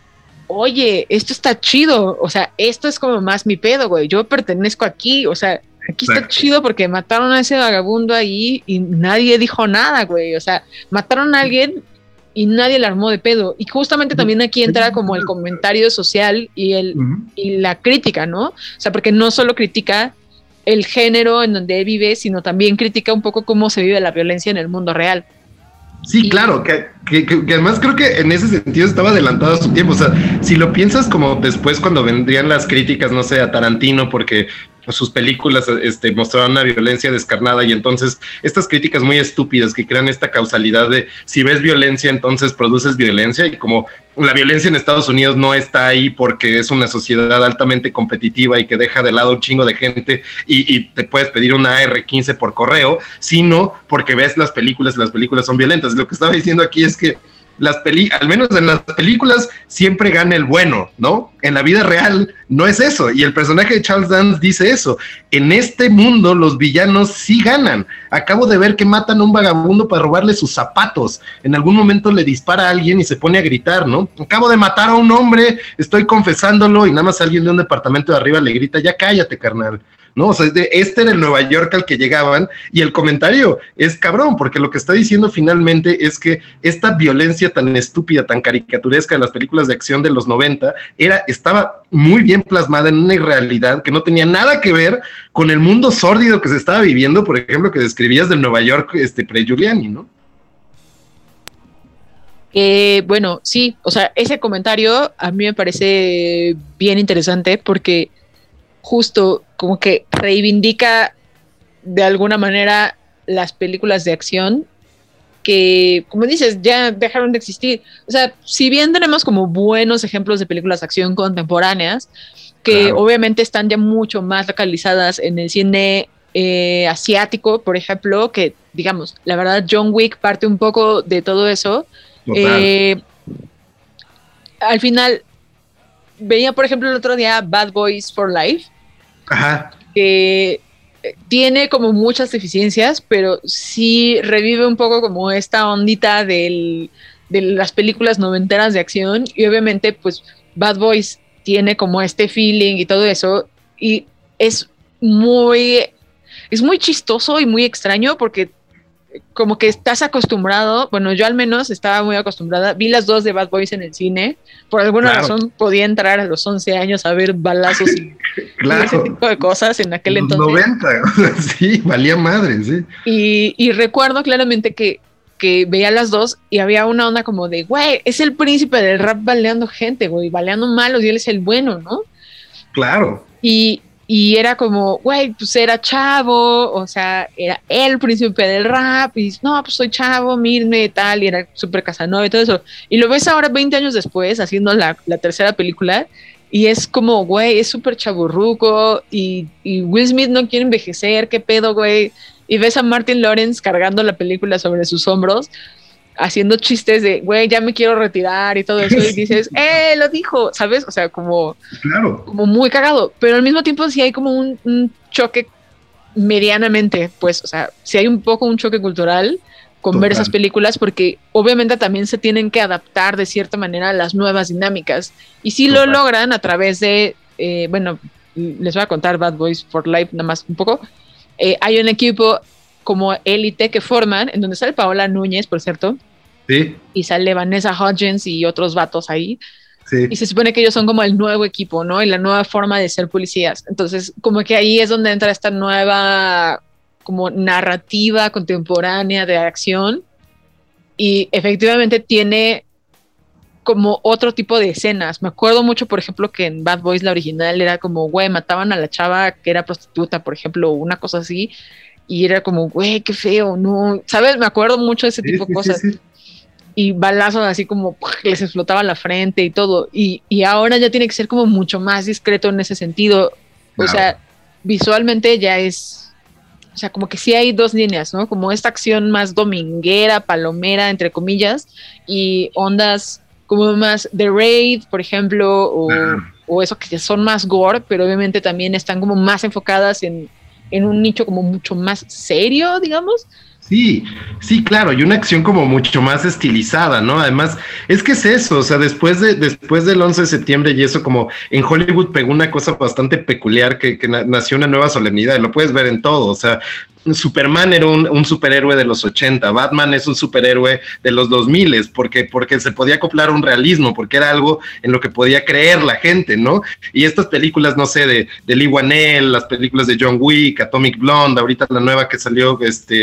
oye, esto está chido, o sea, esto es como más mi pedo, güey, yo pertenezco aquí, o sea, aquí está chido porque mataron a ese vagabundo ahí y nadie dijo nada, güey, o sea, mataron a alguien y nadie le armó de pedo. Y justamente también aquí entra como el comentario social y la crítica, ¿no? O sea, porque no solo critica el género en donde él vive, sino también critica un poco cómo se vive la violencia en el mundo real. Sí, claro, que además creo que en ese sentido estaba adelantado a su tiempo. O sea, si lo piensas como después cuando vendrían las críticas, no sé, a Tarantino, porque sus películas mostraban una violencia descarnada y entonces estas críticas muy estúpidas que crean esta causalidad de si ves violencia, entonces produces violencia, y como la violencia en Estados Unidos no está ahí porque es una sociedad altamente competitiva y que deja de lado un chingo de gente y te puedes pedir una AR-15 por correo, sino porque ves las películas y las películas son violentas. Lo que estaba diciendo aquí es que al menos en las películas siempre gana el bueno, ¿no? En la vida real no es eso, y el personaje de Charles Dance dice eso. En este mundo los villanos sí ganan. Acabo de ver que matan a un vagabundo para robarle sus zapatos. En algún momento le dispara a alguien y se pone a gritar, ¿no? Acabo de matar a un hombre, estoy confesándolo, y nada más alguien de un departamento de arriba le grita, ya cállate, carnal. ¿No? O sea, este era el Nueva York al que llegaban, y el comentario es cabrón, porque lo que está diciendo finalmente es que esta violencia tan estúpida, tan caricaturesca de las películas de acción de los 90 estaba muy bien plasmada en una irrealidad que no tenía nada que ver con el mundo sórdido que se estaba viviendo, por ejemplo, que describías del Nueva York pre-Giuliani, ¿no? Bueno, sí, o sea, ese comentario a mí me parece bien interesante porque justo como que reivindica de alguna manera las películas de acción que, como dices, ya dejaron de existir. O sea, si bien tenemos como buenos ejemplos de películas de acción contemporáneas, que claro, obviamente están ya mucho más localizadas en el cine asiático, por ejemplo, que digamos, la verdad John Wick parte un poco de todo eso. Al final, veía por ejemplo el otro día Bad Boys for Life. Ajá. Que tiene como muchas deficiencias, pero sí revive un poco como esta ondita de las películas noventeras de acción, y obviamente pues Bad Boys tiene como este feeling y todo eso, y es muy chistoso y muy extraño porque como que estás acostumbrado, bueno, yo al menos estaba muy acostumbrada, vi las dos de Bad Boys en el cine, por alguna razón podía entrar a los 11 años a ver balazos y ese tipo de cosas en aquel entonces. 90, sí, valía madre, sí. Y recuerdo claramente que veía las dos y había una onda como de, güey, es el príncipe del rap baleando gente, güey, baleando malos y él es el bueno, ¿no? Claro. Y era como, güey, pues era chavo, o sea, era el príncipe del rap, y no, pues soy chavo, mírenme, tal, y era súper Casanova y todo eso. Y lo ves ahora 20 años después, haciendo la tercera película, y es como, güey, es súper chaburruco, y Will Smith no quiere envejecer, qué pedo, güey. Y ves a Martin Lawrence cargando la película sobre sus hombros, haciendo chistes de, güey, ya me quiero retirar y todo eso, y dices, lo dijo, ¿sabes? O sea, como, claro, como muy cagado, pero al mismo tiempo sí hay como un choque medianamente, pues, o sea, sí hay un poco un choque cultural con ver esas películas, porque obviamente también se tienen que adaptar de cierta manera a las nuevas dinámicas, y sí lo logran a través de, bueno, les voy a contar Bad Boys for Life nada más un poco. Hay un equipo como élite que forman, en donde sale Paola Núñez, por cierto, sí, y sale Vanessa Hudgens y otros vatos ahí, sí, y se supone que ellos son como el nuevo equipo, ¿no? Y la nueva forma de ser policías. Entonces, como que ahí es donde entra esta nueva como narrativa contemporánea de acción, y efectivamente tiene como otro tipo de escenas. Me acuerdo mucho, por ejemplo, que en Bad Boys la original era como, güey, mataban a la chava que era prostituta, por ejemplo, una cosa así, y era como, güey, qué feo, no, ¿sabes? Me acuerdo mucho de ese tipo de cosas. Sí. Y balazos así como les explotaba la frente y todo, y ahora ya tiene que ser como mucho más discreto en ese sentido. O sea, visualmente ya es, o sea, como que sí hay dos líneas, ¿no? Como esta acción más dominguera, palomera, entre comillas, y ondas como más The Raid, por ejemplo, o eso que son más gore, pero obviamente también están como más enfocadas en un nicho como mucho más serio, digamos. Sí, claro, y una acción como mucho más estilizada, ¿no? Además, es que es eso, o sea, después del 11 de septiembre y eso, como en Hollywood pegó una cosa bastante peculiar que nació una nueva solemnidad, y lo puedes ver en todo, o sea, Superman era un superhéroe de los 80, Batman es un superhéroe de los 2000, porque se podía acoplar a un realismo, porque era algo en lo que podía creer la gente, ¿no? Y estas películas, no sé, de Lee Whannell, las películas de John Wick, Atomic Blonde, ahorita la nueva que salió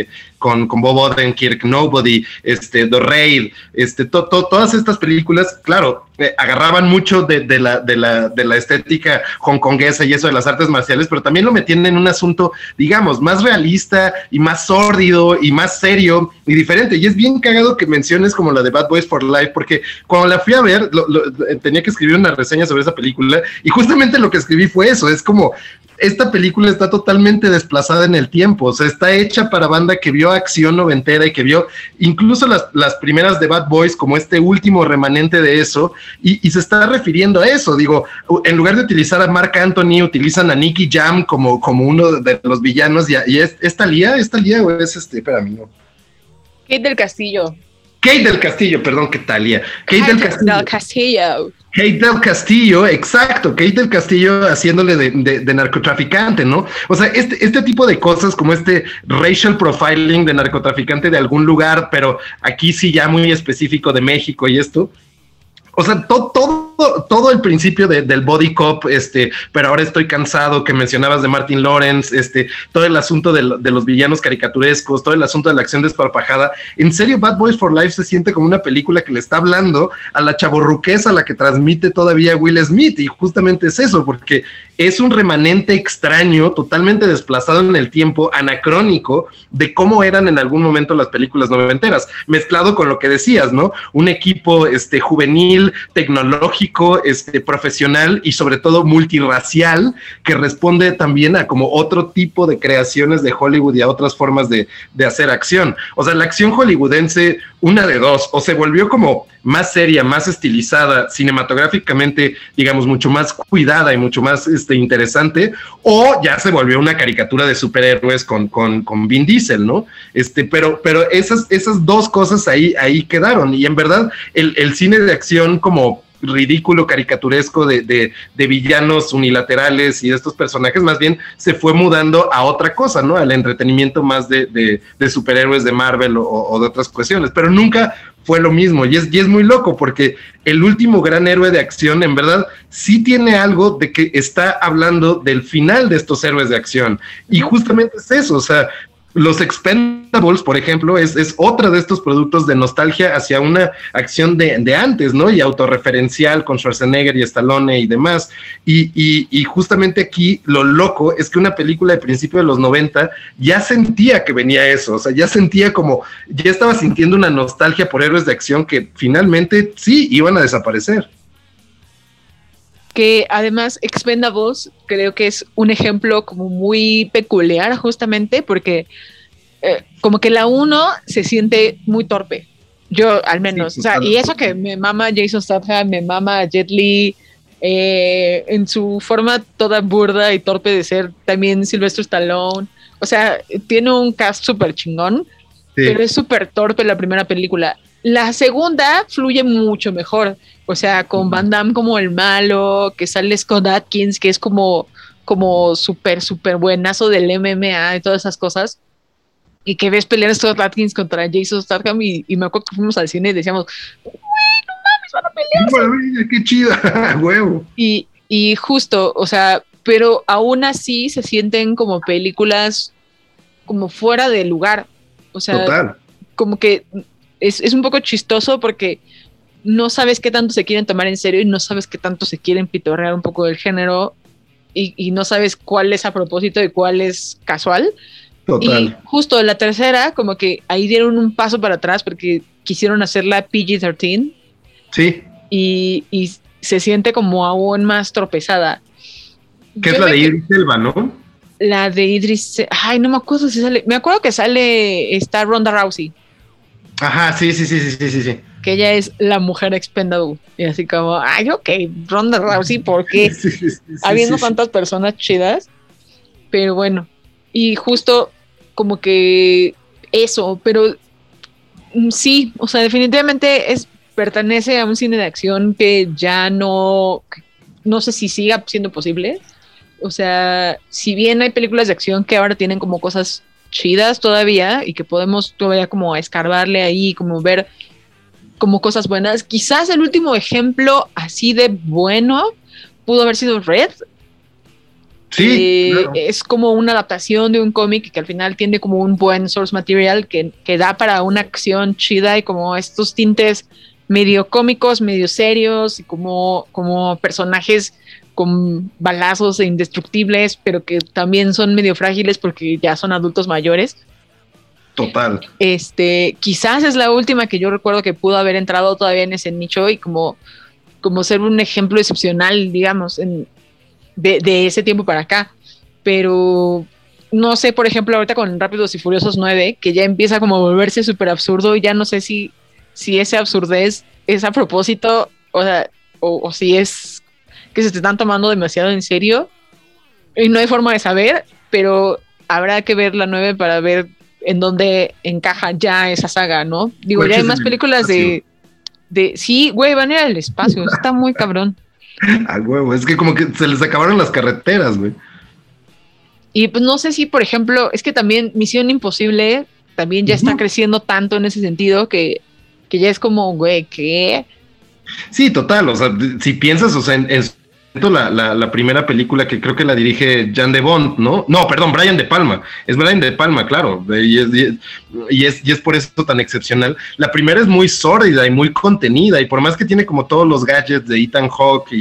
con Bob Odenkirk, Nobody, The Raid, todas estas películas, claro, agarraban mucho de la estética hongkonguesa y eso de las artes marciales, pero también lo metían en un asunto, digamos, más realista y más sórdido y más serio y diferente. Y es bien cagado que menciones como la de Bad Boys for Life, porque cuando la fui a ver, tenía que escribir una reseña sobre esa película y justamente lo que escribí fue eso, es como esta película está totalmente desplazada en el tiempo, o sea, está hecha para banda que vio acción noventera y que vio incluso las primeras de Bad Boys como este último remanente de eso, y se está refiriendo a eso, digo, en lugar de utilizar a Marc Anthony, utilizan a Nicky Jam como uno de los villanos, y es Thalía o es espérame, no. Kate del Castillo, perdón, que Thalía. Kate del Castillo. Kate del Castillo, exacto, Kate del Castillo haciéndole de narcotraficante, ¿no? O sea, este tipo de cosas como este racial profiling de narcotraficante de algún lugar, pero aquí sí ya muy específico de México y esto. O sea, todo el principio del body cop, pero ahora estoy cansado, que mencionabas de Martin Lawrence, todo el asunto de los villanos caricaturescos, todo el asunto de la acción desparpajada. En serio, Bad Boys for Life se siente como una película que le está hablando a la chavorruqueza a la que transmite todavía Will Smith, y justamente es eso, porque es un remanente extraño, totalmente desplazado en el tiempo, anacrónico, de cómo eran en algún momento las películas noventeras, mezclado con lo que decías, ¿no? Un equipo juvenil, tecnológico, profesional y sobre todo multirracial, que responde también a como otro tipo de creaciones de Hollywood y a otras formas de hacer acción. O sea, la acción hollywoodense, una de dos, o se volvió como más seria, más estilizada, cinematográficamente, digamos, mucho más cuidada y mucho más interesante, o ya se volvió una caricatura de superhéroes con Vin Diesel, ¿no? Pero esas dos cosas ahí quedaron, y en verdad el cine de acción como ridículo, caricaturesco de villanos unilaterales y de estos personajes, más bien se fue mudando a otra cosa, ¿no? Al entretenimiento más de superhéroes de Marvel o de otras cuestiones, pero nunca fue lo mismo, y es muy loco, porque el último gran héroe de acción, en verdad, sí tiene algo de que está hablando del final de estos héroes de acción, y justamente es eso, o sea, los Expendables, por ejemplo, es otra de estos productos de nostalgia hacia una acción de antes, ¿no? Y autorreferencial con Schwarzenegger y Stallone y demás. Y justamente aquí lo loco es que una película de principio de los 90 ya sentía que venía eso, o sea, ya estaba sintiendo una nostalgia por héroes de acción que finalmente sí iban a desaparecer. Que además Expendables creo que es un ejemplo como muy peculiar, justamente porque como que la 1 se siente muy torpe, yo al menos, sí, o sea, y eso que me mama Jason Statham, me mama Jet Li, en su forma toda burda y torpe de ser, también Sylvester Stallone, o sea, tiene un cast súper chingón, sí, pero es súper torpe la primera película. La segunda fluye mucho mejor, o sea, con Van Damme como el malo, que sale Scott Adkins, que es como súper buenazo del MMA y todas esas cosas, y que ves pelear a Scott Adkins contra Jason Statham, y me acuerdo que fuimos al cine y decíamos, güey, no mames, van a pelear. Bueno, qué chida, huevo. Y justo, o sea, pero aún así se sienten como películas como fuera de lugar, o sea, total, como que es un poco chistoso porque no sabes qué tanto se quieren tomar en serio y no sabes qué tanto se quieren pitorrear un poco del género y no sabes cuál es a propósito y cuál es casual. Total. Y justo la tercera, como que ahí dieron un paso para atrás porque quisieron hacerla PG-13. Sí. Y se siente como aún más tropezada. Que es la de Idris Elba, ¿no? La de Idris... Ay, no me acuerdo si sale... Me acuerdo que sale... Está Ronda Rousey. Ajá, sí. Que ella es la mujer expendable. Y así como... Ay, ok, Ronda Rousey, ¿por qué? Sí, habiendo tantas personas chidas. Pero bueno. Y justo como que... Eso, pero... Sí, o sea, definitivamente pertenece a un cine de acción que ya no sé si siga siendo posible. O sea, si bien hay películas de acción que ahora tienen como cosas chidas todavía y que podemos todavía como escarbarle ahí, como ver como cosas buenas, quizás el último ejemplo así de bueno pudo haber sido Red. Sí, claro. Es como una adaptación de un cómic que al final tiene como un buen source material que da para una acción chida y como estos tintes medio cómicos, medio serios y como personajes con balazos e indestructibles, pero que también son medio frágiles porque ya son adultos mayores. Total. Quizás es la última que yo recuerdo que pudo haber entrado todavía en ese nicho y como ser un ejemplo excepcional, digamos, de ese tiempo para acá. Pero no sé, por ejemplo, ahorita con Rápidos y Furiosos 9, que ya empieza como a volverse súper absurdo y ya no sé si esa absurdez es a propósito, o sea, o si es que se te están tomando demasiado en serio y no hay forma de saber, pero habrá que ver la 9 para ver en dónde encaja ya esa saga, ¿no? Digo, ya hay más películas de sí, güey, van a ir al espacio, está muy cabrón. Al huevo, es que como que se les acabaron las carreteras, güey. Y pues no sé si, por ejemplo, es que también Misión Imposible también ya está creciendo tanto en ese sentido que ya es como, güey, ¿qué? Sí, total, o sea, si piensas, o sea, en la primera película que creo que la dirige Jan de Bont, ¿no? No, perdón, Brian De Palma. Es Brian De Palma, claro. Y es por eso tan excepcional. La primera es muy sórdida y muy contenida. Y por más que tiene como todos los gadgets de Ethan Hawke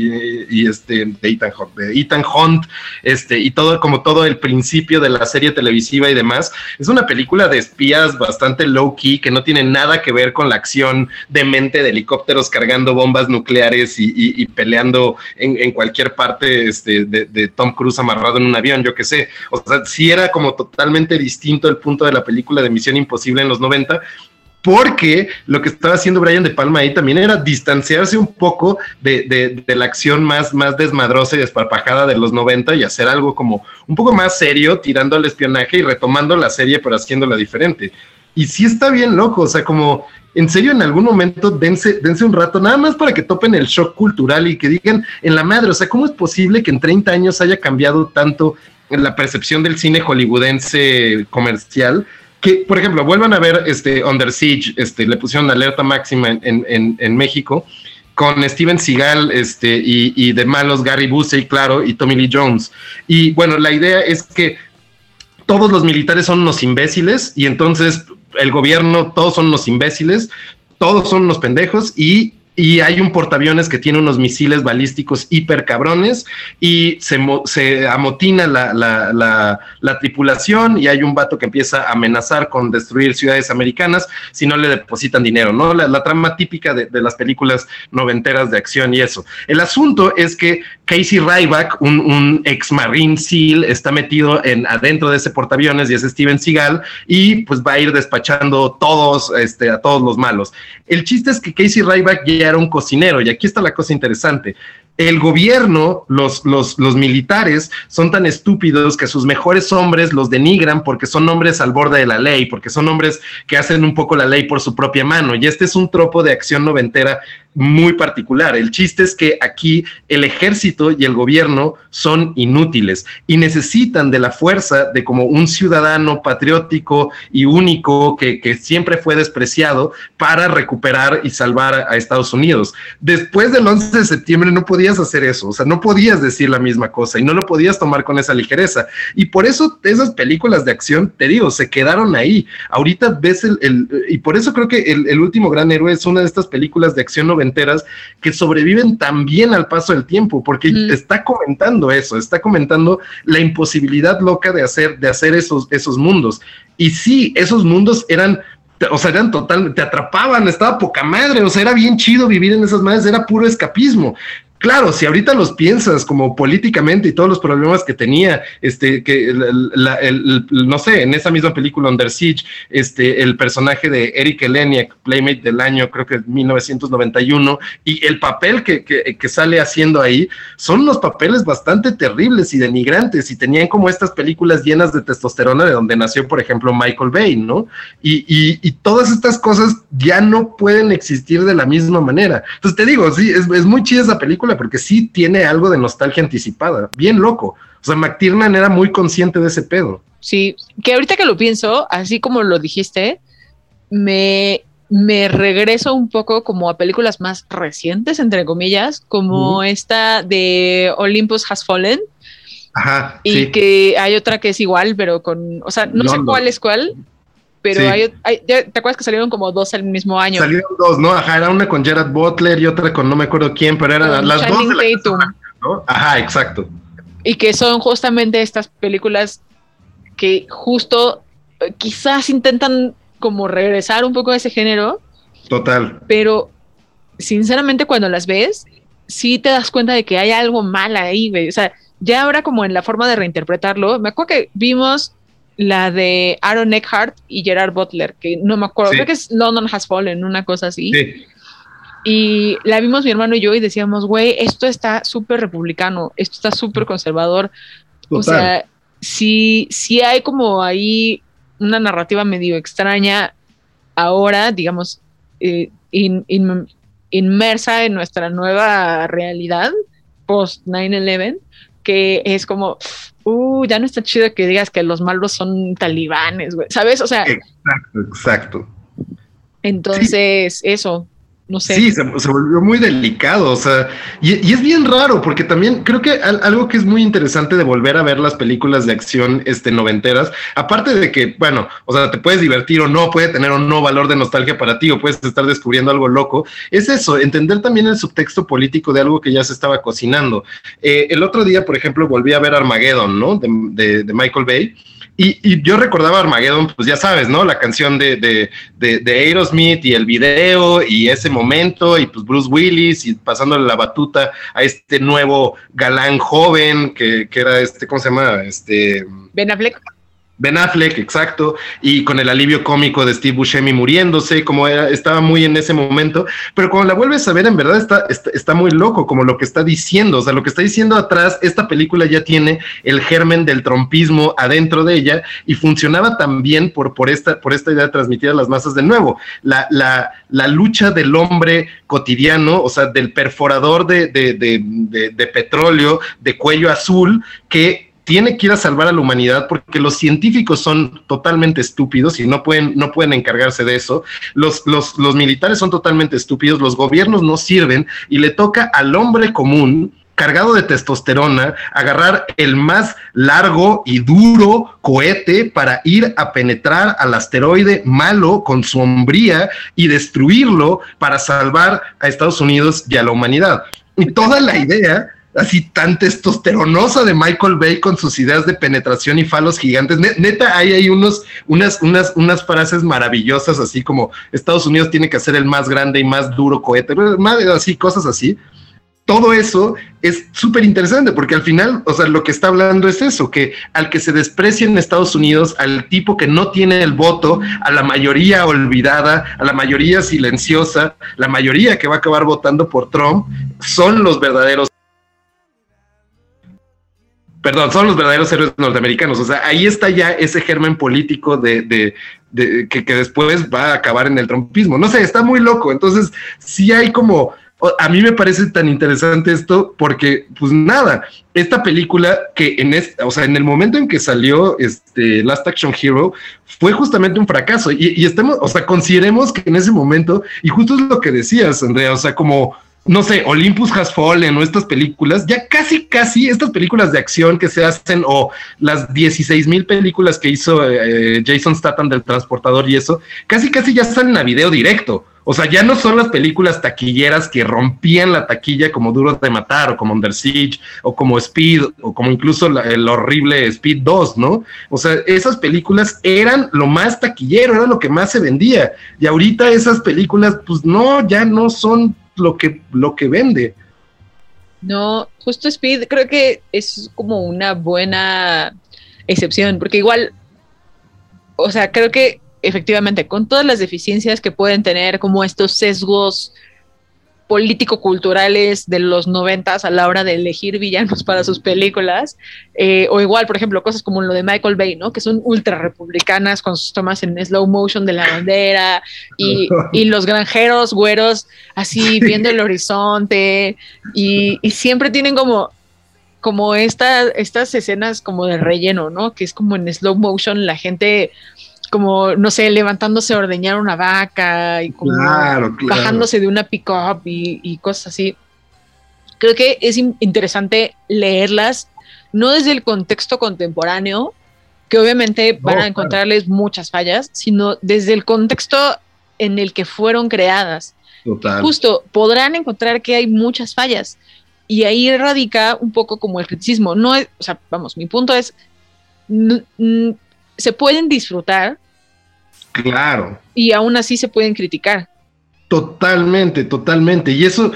de Ethan Hunt, y todo el principio de la serie televisiva y demás, es una película de espías bastante low key que no tiene nada que ver con la acción demente de helicópteros cargando bombas nucleares y peleando en cualquier parte de Tom Cruise amarrado en un avión, yo qué sé. O sea, sí era como totalmente distinto el punto de la película de Misión Imposible en los 90, porque lo que estaba haciendo Brian De Palma ahí también era distanciarse un poco de la acción más desmadrosa y desparpajada de los 90 y hacer algo como un poco más serio, tirando al espionaje y retomando la serie, pero haciéndola diferente. Y sí está bien loco, o sea, como... En serio, en algún momento dense un rato, nada más para que topen el shock cultural y que digan, en la madre, o sea, ¿cómo es posible que en 30 años haya cambiado tanto la percepción del cine hollywoodense comercial? Que, por ejemplo, vuelvan a ver Under Siege, le pusieron alerta máxima en México, con Steven Seagal y de malos Gary Busey, claro, y Tommy Lee Jones. Y bueno, la idea es que todos los militares son unos imbéciles y entonces el gobierno, todos son unos imbéciles, todos son unos pendejos y hay un portaaviones que tiene unos misiles balísticos hiper cabrones y se amotina la tripulación y hay un vato que empieza a amenazar con destruir ciudades americanas si no le depositan dinero, ¿no? La trama típica de las películas noventeras de acción y eso. El asunto es que Casey Ryback, un ex Marine SEAL, está metido adentro de ese portaaviones y es Steven Seagal y pues va a ir despachando a todos los malos. El chiste es que Casey Ryback ya era un cocinero y aquí está la cosa interesante. El gobierno, los militares son tan estúpidos que sus mejores hombres los denigran porque son hombres al borde de la ley, porque son hombres que hacen un poco la ley por su propia mano. Y este es un tropo de acción noventera muy particular. El chiste es que aquí el ejército y el gobierno son inútiles y necesitan de la fuerza de como un ciudadano patriótico y único que siempre fue despreciado para recuperar y salvar a Estados Unidos. Después del 11 de septiembre no podía podías hacer eso, o sea, no podías decir la misma cosa y no lo podías tomar con esa ligereza. Y por eso esas películas de acción, te digo, se quedaron ahí. Ahorita ves y por eso creo que el último gran héroe es una de estas películas de acción noventeras que sobreviven también al paso del tiempo, porque está comentando eso, está comentando la imposibilidad loca de hacer esos mundos. Y sí, esos mundos eran total, te atrapaban, estaba poca madre, o sea, era bien chido vivir en esas madres, era puro escapismo. Claro, si ahorita los piensas como políticamente y todos los problemas que tenía, no sé, en esa misma película Under Siege, el personaje de Eric Eleniak, Playmate del año, creo que 1991, y el papel que sale haciendo ahí, son unos papeles bastante terribles y denigrantes, y tenían como estas películas llenas de testosterona de donde nació, por ejemplo, Michael Bay, ¿no? Y todas estas cosas ya no pueden existir de la misma manera. Entonces te digo, sí, es muy chida esa película, porque sí tiene algo de nostalgia anticipada, bien loco. O sea, McTiernan era muy consciente de ese pedo. Sí, que ahorita que lo pienso, así como lo dijiste, me regreso un poco como a películas más recientes, entre comillas, como esta de Olympus Has Fallen. Ajá, y sí. Que hay otra que es igual, pero con, o sea, no sé cuál es cuál. Pero sí. ¿Te acuerdas que salieron como dos al mismo año? Salieron dos, ¿no? Ajá, era una con Gerard Butler y otra con no me acuerdo quién, pero eran las dos de la Tatum, ¿no? Ajá, exacto. Y que son justamente estas películas que justo quizás intentan como regresar un poco a ese género. Total. Pero sinceramente cuando las ves, sí te das cuenta de que hay algo mal ahí, güey. O sea, ya ahora como en la forma de reinterpretarlo, me acuerdo que vimos la de Aaron Eckhart y Gerard Butler, que no me acuerdo, creo que es London Has Fallen, una cosa así. Sí. Y la vimos mi hermano y yo y decíamos, güey, esto está súper republicano, esto está súper conservador. Total. O sea, sí hay como ahí una narrativa medio extraña ahora, digamos, inmersa en nuestra nueva realidad post 9/11, que es como... ya no está chido que digas que los malos son talibanes, güey, ¿sabes? O sea... Exacto. Entonces, sí. Eso, no sé. Sí, se volvió muy delicado, o sea, y es bien raro, porque también creo que algo que es muy interesante de volver a ver las películas de acción noventeras, aparte de que, bueno, o sea, te puedes divertir o no, puede tener o no valor de nostalgia para ti, o puedes estar descubriendo algo loco, es eso, entender también el subtexto político de algo que ya se estaba cocinando. El otro día, por ejemplo, volví a ver Armageddon, ¿no? De Michael Bay. Y yo recordaba Armageddon, pues ya sabes, ¿no? La canción de Aerosmith y el video y ese momento y pues Bruce Willis y pasándole la batuta a este nuevo galán joven que era ¿cómo se llama? Ben Affleck. Ben Affleck, exacto, y con el alivio cómico de Steve Buscemi muriéndose, como estaba muy en ese momento, pero cuando la vuelves a ver, en verdad está muy loco, como lo que está diciendo, o sea, lo que está diciendo atrás, esta película ya tiene el germen del trumpismo adentro de ella, y funcionaba también por esta idea de transmitir a las masas de nuevo, la lucha del hombre cotidiano, o sea, del perforador de petróleo, de cuello azul, que tiene que ir a salvar a la humanidad porque los científicos son totalmente estúpidos y no pueden encargarse de eso. Los militares son totalmente estúpidos, los gobiernos no sirven y le toca al hombre común cargado de testosterona agarrar el más largo y duro cohete para ir a penetrar al asteroide malo con su hombría y destruirlo para salvar a Estados Unidos y a la humanidad. Y toda la idea así tan testosteronosa de Michael Bay con sus ideas de penetración y falos gigantes. Neta, hay unas frases maravillosas, así como Estados Unidos tiene que hacer el más grande y más duro cohete, así, cosas así. Todo eso es súper interesante porque al final, o sea, lo que está hablando es eso, que al que se desprecia en Estados Unidos, al tipo que no tiene el voto, a la mayoría olvidada, a la mayoría silenciosa, la mayoría que va a acabar votando por Trump, son los verdaderos héroes norteamericanos. O sea, ahí está ya ese germen político que después va a acabar en el trumpismo. No sé, está muy loco. Entonces, sí hay como... A mí me parece tan interesante esto porque, pues nada, esta película que en el momento en que salió Last Action Hero fue justamente un fracaso y estemos, o sea, consideremos que en ese momento, y justo es lo que decías, Andrea, o sea, como no sé, Olympus Has Fallen o estas películas, ya casi estas películas de acción que se hacen o las 16,000 películas que hizo Jason Statham del Transportador y eso, casi ya salen a video directo. O sea, ya no son las películas taquilleras que rompían la taquilla como Duro de Matar o como Under Siege o como Speed o como incluso el horrible Speed 2, ¿no? O sea, esas películas eran lo más taquillero, era lo que más se vendía. Y ahorita esas películas, pues no, ya no son lo que vende. No, justo Speed creo que es como una buena excepción, porque igual, o sea, creo que efectivamente, con todas las deficiencias que pueden tener como estos sesgos político-culturales de los 90s a la hora de elegir villanos para sus películas, o igual, por ejemplo, cosas como lo de Michael Bay, ¿no? Que son ultra republicanas con sus tomas en slow motion de la bandera y los granjeros güeros así viendo el horizonte y siempre tienen como estas escenas como de relleno, ¿no? Que es como en slow motion la gente como, no sé, levantándose a ordeñar una vaca y como bajándose de una pick-up y cosas así. Creo que es interesante leerlas, no desde el contexto contemporáneo, que obviamente van a encontrarles muchas fallas, sino desde el contexto en el que fueron creadas. Total. Justo, podrán encontrar que hay muchas fallas, y ahí radica un poco como el criticismo. No es, o sea, vamos, mi punto es, se pueden disfrutar. Claro. Y aún así se pueden criticar. Totalmente. Y eso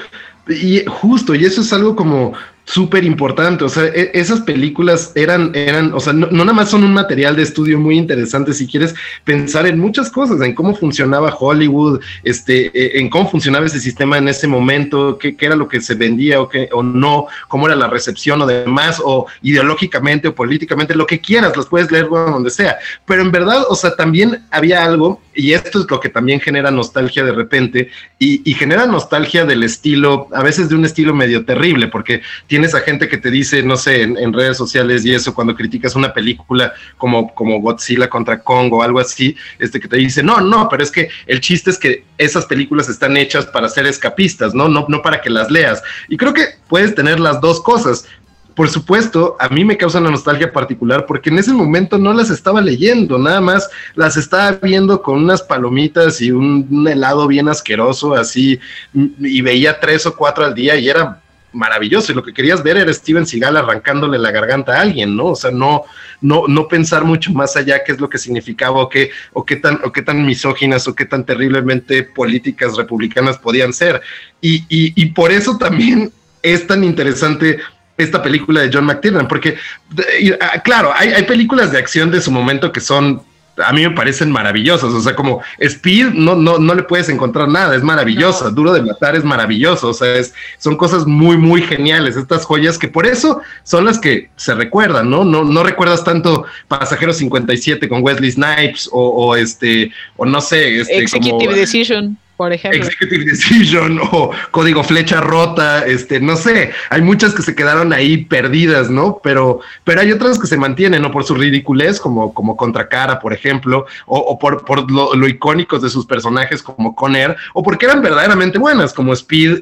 es algo como súper importante. O sea, esas películas eran, o sea, no nada más son un material de estudio muy interesante si quieres pensar en muchas cosas, en cómo funcionaba Hollywood, en cómo funcionaba ese sistema en ese momento, qué era lo que se vendía o no, cómo era la recepción o demás, o ideológicamente o políticamente, lo que quieras, los puedes leer donde sea. Pero en verdad, o sea, también había algo, y esto es lo que también genera nostalgia de repente, y genera nostalgia del estilo, a veces de un estilo medio terrible, porque tienes a gente que te dice, no sé, en redes sociales y eso, cuando criticas una película como Godzilla contra Kong o algo así, que te dice, no, pero es que el chiste es que esas películas están hechas para ser escapistas, no para que las leas. Y creo que puedes tener las dos cosas. Por supuesto, a mí me causa una nostalgia particular porque en ese momento no las estaba leyendo, nada más las estaba viendo con unas palomitas y un helado bien asqueroso así, y veía 3 o 4 al día y era maravilloso, y lo que querías ver era Steven Seagal arrancándole la garganta a alguien, ¿no? O sea, no pensar mucho más allá qué es lo que significaba o qué tan misóginas o qué tan terriblemente políticas republicanas podían ser. Y por eso también es tan interesante esta película de John McTiernan, porque claro, hay películas de acción de su momento que son, a mí me parecen maravillosas. O sea, como Speed no le puedes encontrar nada, es maravillosa. No. Duro de Matar es maravilloso. O sea, son cosas muy, muy geniales, estas joyas que por eso son las que se recuerdan, ¿no? No recuerdas tanto Pasajero 57 con Wesley Snipes o no sé, Executive Decision, por ejemplo. Executive Decision o Código Flecha Rota, no sé, hay muchas que se quedaron ahí perdidas, ¿no? Pero hay otras que se mantienen, ¿no? Por su ridiculez, como Contracara, por ejemplo, o por lo icónicos de sus personajes como Con Air, o porque eran verdaderamente buenas, como Speed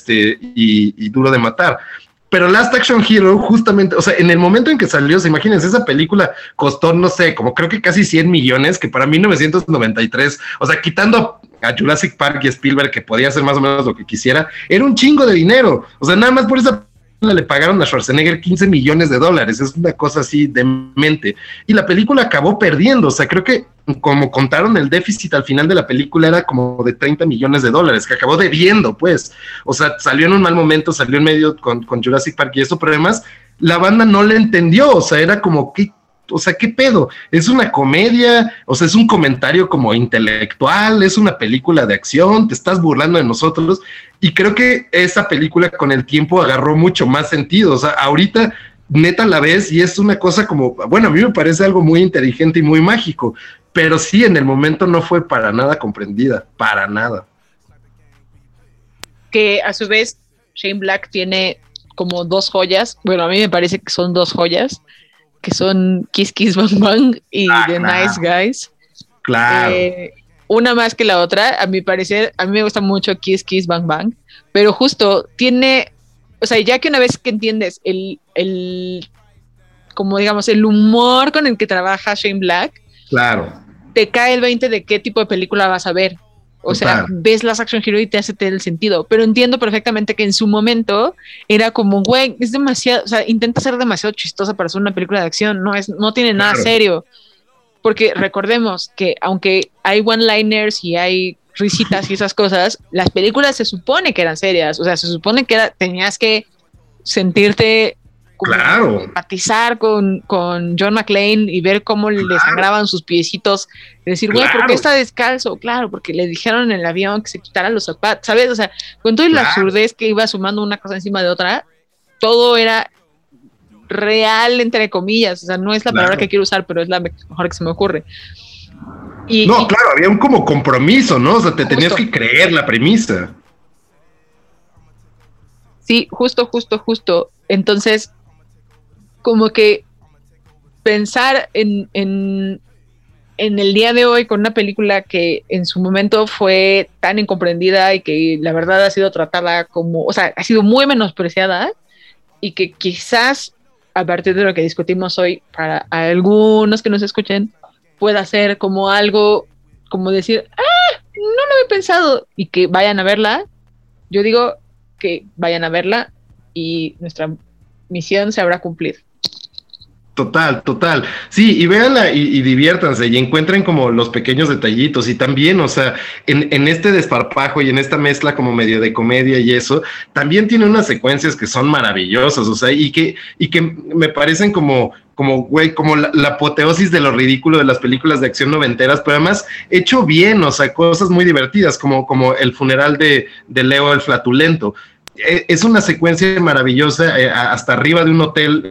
y Duro de Matar. Pero Last Action Hero, justamente, o sea, en el momento en que salió, se imagínense, esa película costó, no sé, como creo que casi 100 millones, que para 1993, o sea, quitando a Jurassic Park y Spielberg, que podía hacer más o menos lo que quisiera, era un chingo de dinero. O sea, nada más por esa película le pagaron a Schwarzenegger $15 millones. Es una cosa así demente. Y la película acabó perdiendo. O sea, creo que como contaron el déficit al final de la película era como de $30 millones, que acabó debiendo, pues. O sea, salió en un mal momento, salió en medio con Jurassic Park y eso, pero además la banda no le entendió. O sea, era como que, o sea, ¿qué pedo? ¿Es una comedia? O sea, ¿es un comentario como intelectual? ¿Es una película de acción? ¿Te estás burlando de nosotros? Y creo que esa película con el tiempo agarró mucho más sentido. O sea, ahorita neta la ves y es una cosa como, bueno, a mí me parece algo muy inteligente y muy mágico, pero sí, en el momento no fue para nada comprendida, para nada. Que a su vez Shane Black tiene como 2 joyas, bueno, a mí me parece que son 2 joyas, que son Kiss Kiss Bang Bang y The Nice Guys. Claro. una más que la otra. A mi parecer, a mí me gusta mucho Kiss Kiss Bang Bang, pero justo tiene, o sea, ya que una vez que entiendes como digamos, el humor con el que trabaja Shane Black, Claro. te cae el 20 de qué tipo de película vas a ver. O sea, Total. ves Last Action Hero y te hace tener el sentido, pero entiendo perfectamente que en su momento era como, güey, es demasiado, o sea, intenta ser demasiado chistosa para ser una película de acción, no tiene nada Claro. serio, porque recordemos que aunque hay one-liners y hay risitas y esas cosas, las películas se supone que eran serias, o sea, se supone que tenías que sentirte como Claro. empatizar con John McClane y ver cómo le sangraban sus piecitos, y decir, güey, ¿por Claro. qué está descalzo? Claro, porque le dijeron en el avión que se quitara los zapatos, ¿sabes? O sea, con toda la Claro. absurdez que iba sumando una cosa encima de otra, todo era real, entre comillas, o sea, no es la Claro. palabra que quiero usar, pero es la mejor que se me ocurre. Y No, claro, había un como compromiso, ¿no? O sea, te tenías Justo. que creer la premisa. sí, justo. Entonces, como que pensar en el día de hoy con una película que en su momento fue tan incomprendida y que la verdad ha sido tratada como, o sea, ha sido muy menospreciada y que quizás a partir de lo que discutimos hoy, para algunos que nos escuchen, pueda ser como algo, como decir, no lo había pensado, y que vayan a verla. Yo digo que vayan a verla y nuestra misión se habrá cumplido. Total. Sí, y véanla y diviértanse y encuentren como los pequeños detallitos y también, o sea, en este desparpajo y en esta mezcla como medio de comedia y eso, también tiene unas secuencias que son maravillosas, o sea, y que me parecen como güey, como la apoteosis de lo ridículo de las películas de acción noventeras, pero además hecho bien, o sea, cosas muy divertidas, como el funeral de Leo el Flatulento. Es una secuencia maravillosa hasta arriba de un hotel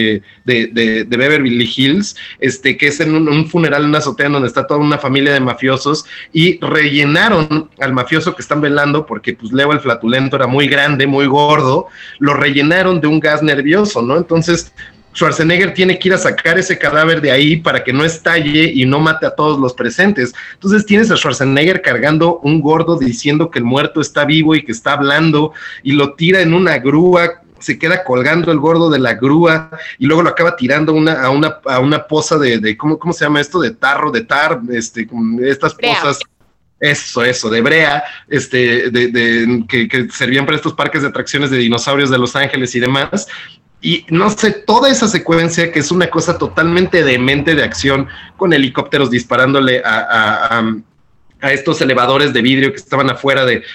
de Beverly Hills, que es en un funeral en una azotea donde está toda una familia de mafiosos y rellenaron al mafioso que están velando porque pues Leo el Flatulento era muy grande, muy gordo, lo rellenaron de un gas nervioso, ¿no? Entonces Schwarzenegger tiene que ir a sacar ese cadáver de ahí para que no estalle y no mate a todos los presentes. Entonces tienes a Schwarzenegger cargando un gordo diciendo que el muerto está vivo y que está hablando y lo tira en una grúa, se queda colgando el gordo de la grúa y luego lo acaba tirando a una poza de ¿cómo se llama esto? De tar, estas Brea. pozas. Eso, de brea, que servían para estos parques de atracciones de dinosaurios de Los Ángeles y demás. Y no sé, toda esa secuencia que es una cosa totalmente demente de acción, con helicópteros disparándole a estos elevadores de vidrio que estaban afuera de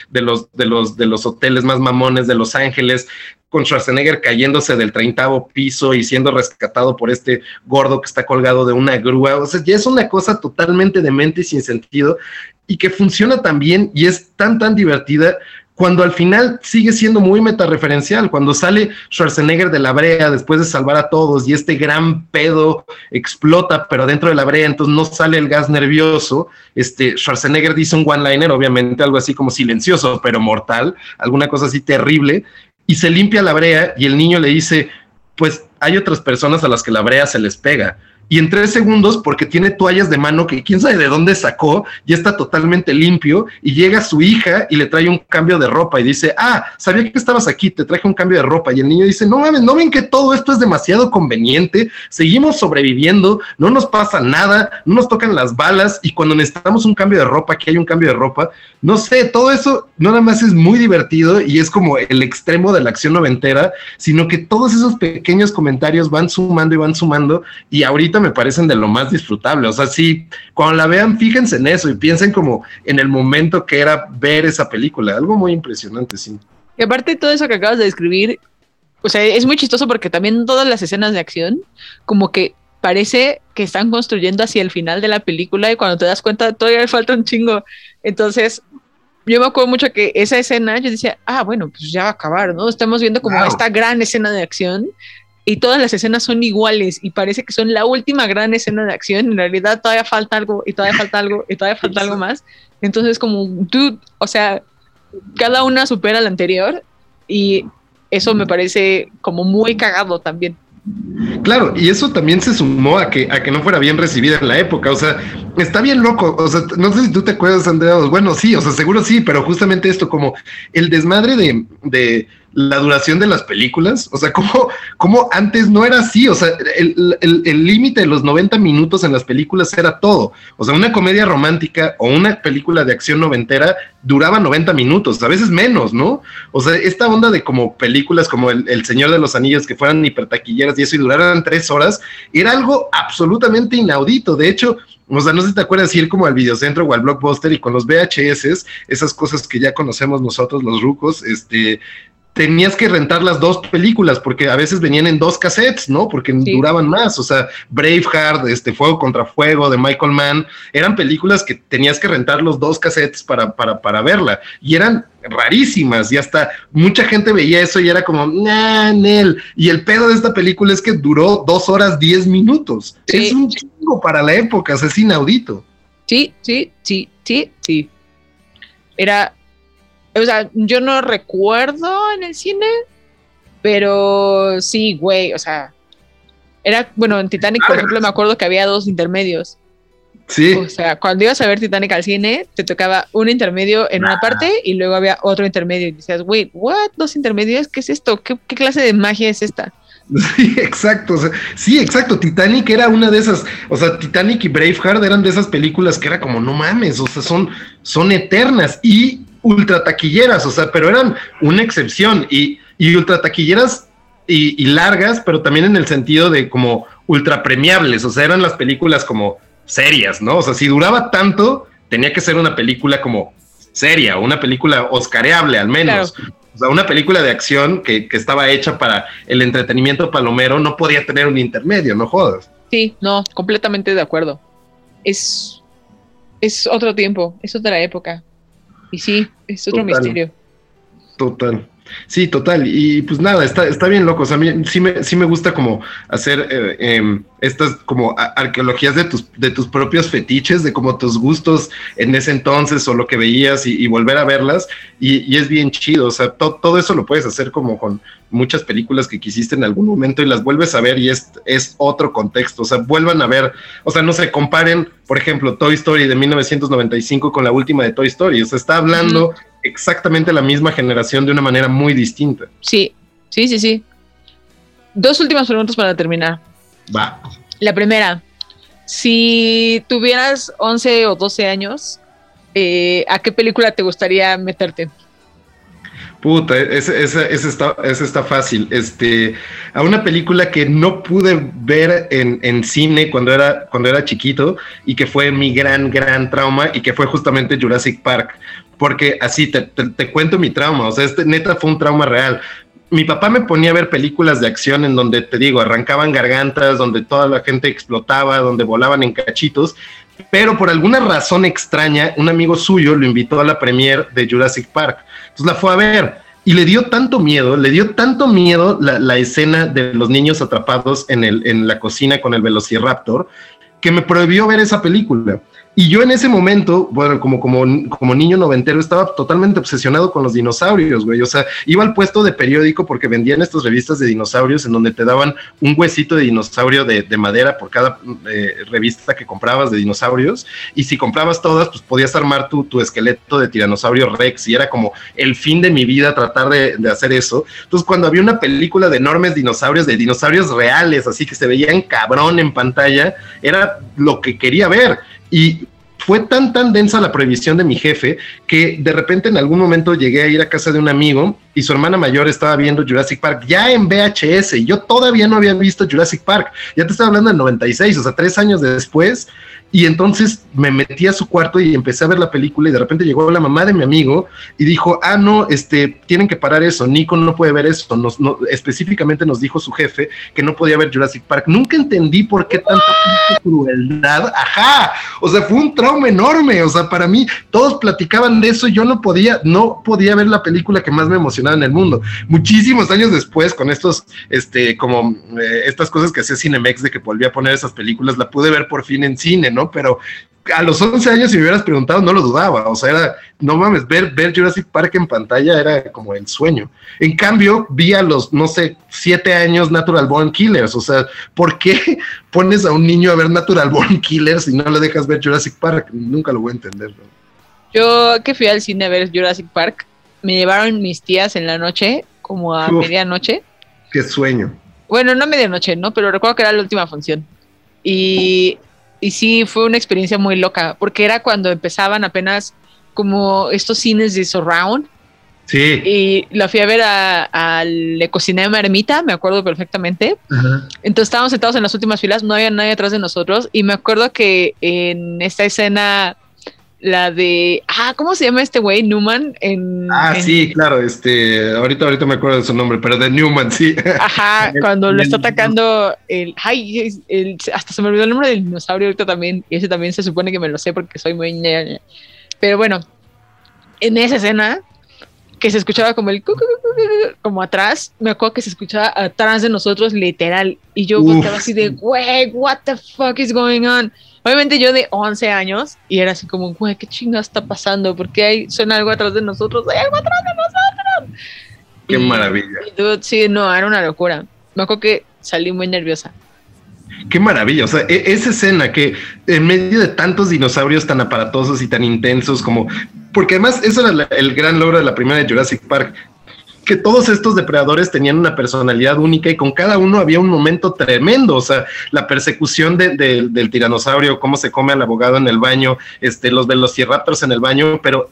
los hoteles más mamones de Los Ángeles, con Schwarzenegger cayéndose del 30º piso y siendo rescatado por este gordo que está colgado de una grúa. O sea, ya es una cosa totalmente demente y sin sentido, y que funciona tan bien y es tan divertida, cuando al final sigue siendo muy metareferencial, cuando sale Schwarzenegger de la brea después de salvar a todos y este gran pedo explota, pero dentro de la brea, entonces no sale el gas nervioso. Schwarzenegger dice un one-liner, obviamente algo así como silencioso, pero mortal, alguna cosa así terrible, y se limpia la brea y el niño le dice, pues hay otras personas a las que la brea se les pega. Y en 3 segundos, porque tiene toallas de mano que quién sabe de dónde sacó, ya está totalmente limpio, y llega su hija y le trae un cambio de ropa y dice, sabía que estabas aquí, te traje un cambio de ropa. Y el niño dice, no mames, ¿no ven que todo esto es demasiado conveniente? Seguimos sobreviviendo, no nos pasa nada, no nos tocan las balas, y cuando necesitamos un cambio de ropa, aquí hay un cambio de ropa. No sé, todo eso no nada más es muy divertido y es como el extremo de la acción noventera, sino que todos esos pequeños comentarios van sumando, y ahorita me parecen de lo más disfrutable. O sea, sí, cuando la vean, fíjense en eso y piensen como en el momento que era ver esa película. Algo muy impresionante, sí. Y aparte de todo eso que acabas de describir, o sea, es muy chistoso porque también todas las escenas de acción, como que parece que están construyendo hacia el final de la película y cuando te das cuenta todavía le falta un chingo. Entonces, yo me acuerdo mucho que esa escena, yo decía, bueno, pues ya va a acabar, ¿no? Estamos viendo como esta gran escena de acción y todas las escenas son iguales y parece que son la última gran escena de acción. En realidad todavía falta algo y todavía falta algo y todavía falta algo más. Entonces como, dude, o sea, cada una supera a la anterior y eso me parece como muy cagado también. Claro, y eso también se sumó a que no fuera bien recibida en la época, o sea, está bien loco, o sea, no sé si tú te acuerdas, Andrea, bueno, sí, o sea, seguro sí, pero justamente esto, como el desmadre de la duración de las películas, o sea, como antes no era así, o sea, el límite de los 90 minutos en las películas era todo, o sea, una comedia romántica o una película de acción noventera duraba 90 minutos, a veces menos, ¿no? O sea, esta onda de como películas como El Señor de los Anillos que fueran hipertaquilleras y eso y duraran 3 horas, era algo absolutamente inaudito, de hecho, o sea, no sé si te acuerdas de ir como al videocentro o al Blockbuster y con los VHS, esas cosas que ya conocemos nosotros los rucos, tenías que rentar las 2 películas porque a veces venían en 2 cassettes, ¿no? Porque sí, duraban más, o sea, Braveheart, Fuego contra Fuego de Michael Mann, eran películas que tenías que rentar los 2 cassettes para verla, y eran rarísimas, y hasta mucha gente veía eso y era como, nah, Nel, y el pedo de esta película es que duró 2 horas 10 minutos, sí. Es un chingo para la época, o sea, es inaudito. Sí. Era... O sea, yo no recuerdo en el cine, pero sí, güey, o sea, era, bueno, en Titanic, por ejemplo, me acuerdo que había 2 intermedios. Sí. O sea, cuando ibas a ver Titanic al cine, te tocaba un intermedio en una parte y luego había otro intermedio. Y decías, wait, what? 2 intermedios, ¿qué es esto? ¿Qué clase de magia es esta? Sí, exacto, o sea, sí, exacto, Titanic era una de esas, o sea, Titanic y Braveheart eran de esas películas que era como, no mames, o sea, son eternas y ultra taquilleras, o sea, pero eran una excepción y ultra taquilleras y largas, pero también en el sentido de como ultra premiables, o sea, eran las películas como serias, ¿no? O sea, si duraba tanto, tenía que ser una película como seria, una película oscareable al menos. Claro. O sea, una película de acción que estaba hecha para el entretenimiento palomero no podía tener un intermedio, no jodas. Sí, no, completamente de acuerdo. Es otro tiempo, es otra época. Y sí, es otro misterio. Total. Sí, total. Y pues nada, está bien loco. O sea, a mí sí me gusta como hacer estas como arqueologías de tus propios fetiches, de como tus gustos en ese entonces o lo que veías y volver a verlas. Y es bien chido. O sea, todo eso lo puedes hacer como con muchas películas que quisiste en algún momento y las vuelves a ver y es otro contexto. O sea, vuelvan a ver, o sea, no se comparen, por ejemplo, Toy Story de 1995 con la última de Toy Story. O sea, está hablando exactamente la misma generación de una manera muy distinta. Sí. 2 últimas preguntas para terminar. Va. La primera, si tuvieras 11 o 12 años, ¿a qué película te gustaría meterte? Puta, ese está fácil. A una película que no pude ver en cine cuando era chiquito y que fue mi gran trauma y que fue justamente Jurassic Park. Porque así te cuento mi trauma, o sea, neta fue un trauma real. Mi papá me ponía a ver películas de acción en donde, te digo, arrancaban gargantas, donde toda la gente explotaba, donde volaban en cachitos, pero por alguna razón extraña, un amigo suyo lo invitó a la premiere de Jurassic Park. Entonces la fue a ver y le dio tanto miedo la escena de los niños atrapados en la cocina con el Velociraptor, que me prohibió ver esa película. Y yo en ese momento, bueno, como niño noventero, estaba totalmente obsesionado con los dinosaurios, güey. O sea, iba al puesto de periódico porque vendían estas revistas de dinosaurios en donde te daban un huesito de dinosaurio de madera por cada revista que comprabas de dinosaurios. Y si comprabas todas, pues podías armar tu esqueleto de tiranosaurio Rex. Y era como el fin de mi vida tratar de hacer eso. Entonces, cuando había una película de enormes dinosaurios, de dinosaurios reales, así que se veían cabrón en pantalla, era lo que quería ver. Y fue tan densa la prohibición de mi jefe que de repente en algún momento llegué a ir a casa de un amigo y su hermana mayor estaba viendo Jurassic Park ya en VHS y yo todavía no había visto Jurassic Park. Ya te estaba hablando del 96, o sea, 3 años después. Y entonces me metí a su cuarto y empecé a ver la película y de repente llegó la mamá de mi amigo y dijo, no, tienen que parar eso, Nico no puede ver eso. Específicamente nos dijo su jefe que no podía ver Jurassic Park. Nunca entendí por qué tanta crueldad. Ajá, o sea, fue un trauma enorme. O sea, para mí todos platicaban de eso y yo no podía ver la película que más me emocionaba en el mundo. Muchísimos años después, con estos, estas cosas que hacía Cinemex de que volvía a poner esas películas, la pude ver por fin en cine, ¿no? Pero a los 11 años, si me hubieras preguntado, no lo dudaba. O sea, era, no mames, ver Jurassic Park en pantalla era como el sueño. En cambio, vi a los, no sé, 7 años Natural Born Killers. O sea, ¿por qué pones a un niño a ver Natural Born Killers y no le dejas ver Jurassic Park? Nunca lo voy a entender, ¿no? Yo que fui al cine a ver Jurassic Park, me llevaron mis tías en la noche, como a medianoche. Qué sueño. Bueno, no a medianoche, ¿no? Pero recuerdo que era la última función. Y sí, fue una experiencia muy loca, porque era cuando empezaban apenas como estos cines de surround. Sí. Y la fui a ver al Ecocinema Ermita, me acuerdo perfectamente. Ajá. Entonces estábamos sentados en las últimas filas, no había nadie atrás de nosotros. Y me acuerdo que en esta escena, la de... ¿cómo se llama este güey? Newman. Sí, claro, ahorita me acuerdo de su nombre, pero de Newman, sí. Ajá, cuando lo está atacando hasta se me olvidó el nombre del dinosaurio ahorita también, y ese también se supone que me lo sé porque soy muy ñaña. Pero bueno, en esa escena que se escuchaba como como atrás, me acuerdo que se escuchaba atrás de nosotros literal, y yo estaba así de, güey, what the fuck is going on? Obviamente yo de 11 años, y era así como, güey, ¿qué chingada está pasando? ¿Por qué suena algo atrás de nosotros? ¡Hay algo atrás de nosotros! ¡Qué maravilla! Y dude, sí, no, era una locura. Me acuerdo que salí muy nerviosa. ¡Qué maravilla! O sea, esa escena que en medio de tantos dinosaurios tan aparatosos y tan intensos como... Porque además eso era el gran logro de la primera de Jurassic Park, que todos estos depredadores tenían una personalidad única y con cada uno había un momento tremendo. O sea, la persecución del tiranosaurio, cómo se come al abogado en el baño, los velociraptors en el baño, pero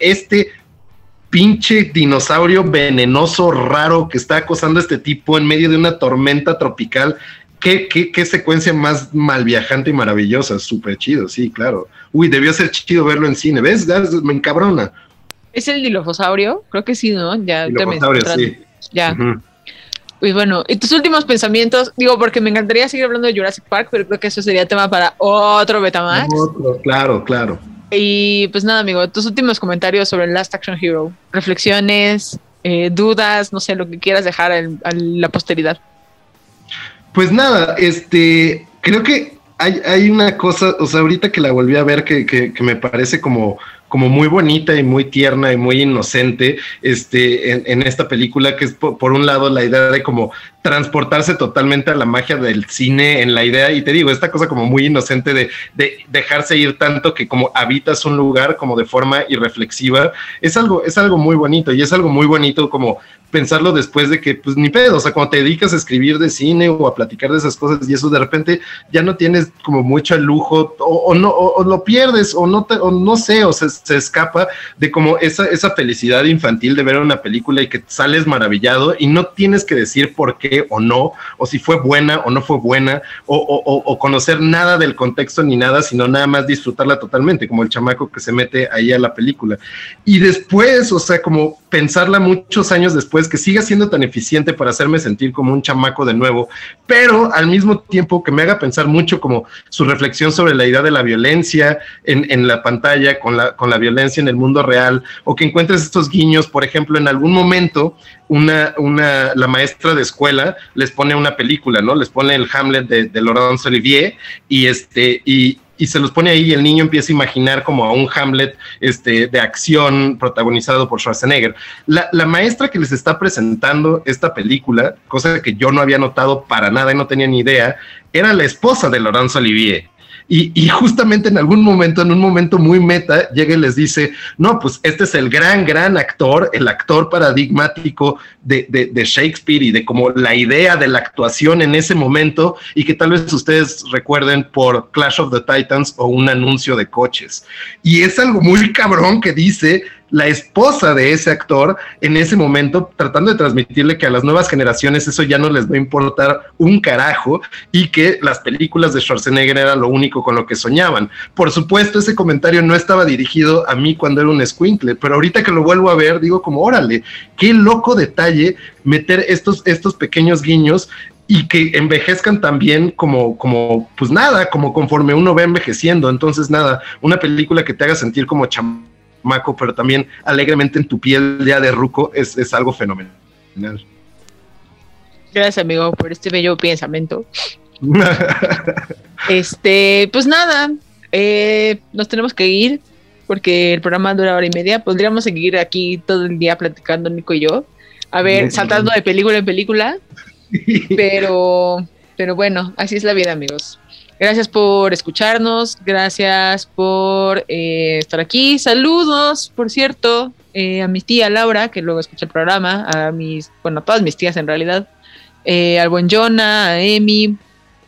pinche dinosaurio venenoso, raro, que está acosando a este tipo en medio de una tormenta tropical. Qué secuencia más malviajante y maravillosa, súper chido, sí, claro. Uy, debió ser chido verlo en cine, ¿ves? Me encabrona. ¿Es el Dilophosaurio? Creo que sí, ¿no? Ya Dilophosaurio, sí. Ya. Uh-huh. Pues bueno, ¿y tus últimos pensamientos? Digo, porque me encantaría seguir hablando de Jurassic Park, pero creo que eso sería tema para otro Betamax. Claro. Y pues nada, amigo, tus últimos comentarios sobre Last Action Hero. Reflexiones, dudas, no sé, lo que quieras dejar a la posteridad. Pues nada, creo que hay una cosa, o sea, ahorita que la volví a ver que me parece como muy bonita y muy tierna y muy inocente en esta película, que es por un lado la idea de como transportarse totalmente a la magia del cine, en la idea, y te digo, esta cosa como muy inocente de dejarse ir tanto que como habitas un lugar como de forma irreflexiva, es algo muy bonito, y es algo muy bonito como pensarlo después de que, pues ni pedo, o sea, cuando te dedicas a escribir de cine o a platicar de esas cosas y eso, de repente ya no tienes como mucho lujo, o lo pierdes, o no sé, o se escapa de como esa felicidad infantil de ver una película y que sales maravillado y no tienes que decir por qué o no, o si fue buena o no fue buena, o conocer nada del contexto ni nada, sino nada más disfrutarla totalmente, como el chamaco que se mete ahí a la película. Y después, o sea, como pensarla muchos años después, que siga siendo tan eficiente para hacerme sentir como un chamaco de nuevo, pero al mismo tiempo que me haga pensar mucho como su reflexión sobre la idea de la violencia en la pantalla, con la violencia en el mundo real, o que encuentres estos guiños. Por ejemplo, en algún momento la maestra de escuela les pone una película, ¿no? Les pone el Hamlet de Laurence Olivier y se los pone ahí y el niño empieza a imaginar como a un Hamlet de acción protagonizado por Schwarzenegger. La maestra que les está presentando esta película, cosa que yo no había notado para nada y no tenía ni idea, era la esposa de Laurence Olivier. Y justamente en un momento muy meta, llega y les dice, no, pues este es el gran actor, el actor paradigmático de Shakespeare y de como la idea de la actuación en ese momento, y que tal vez ustedes recuerden por Clash of the Titans o un anuncio de coches. Y es algo muy cabrón que dice la esposa de ese actor en ese momento, tratando de transmitirle que a las nuevas generaciones eso ya no les va a importar un carajo y que las películas de Schwarzenegger era lo único con lo que soñaban. Por supuesto, ese comentario no estaba dirigido a mí cuando era un escuincle, pero ahorita que lo vuelvo a ver, digo como, órale, qué loco detalle meter estos pequeños guiños y que envejezcan también como pues nada, como conforme uno va envejeciendo. Entonces nada, una película que te haga sentir como chamaco, pero también alegremente en tu piel ya de ruco, es algo fenomenal. Gracias, amigo, por este bello pensamiento. Pues nada, nos tenemos que ir porque el programa dura 1:30. Podríamos seguir aquí todo el día platicando, Nico y yo. A ver, saltando de película en película. Pero bueno, así es la vida, amigos. Gracias por escucharnos. Gracias por estar aquí. Saludos, por cierto, a mi tía Laura, que luego escucha el programa. A todas mis tías en realidad. Al buen Jonah, a Emi.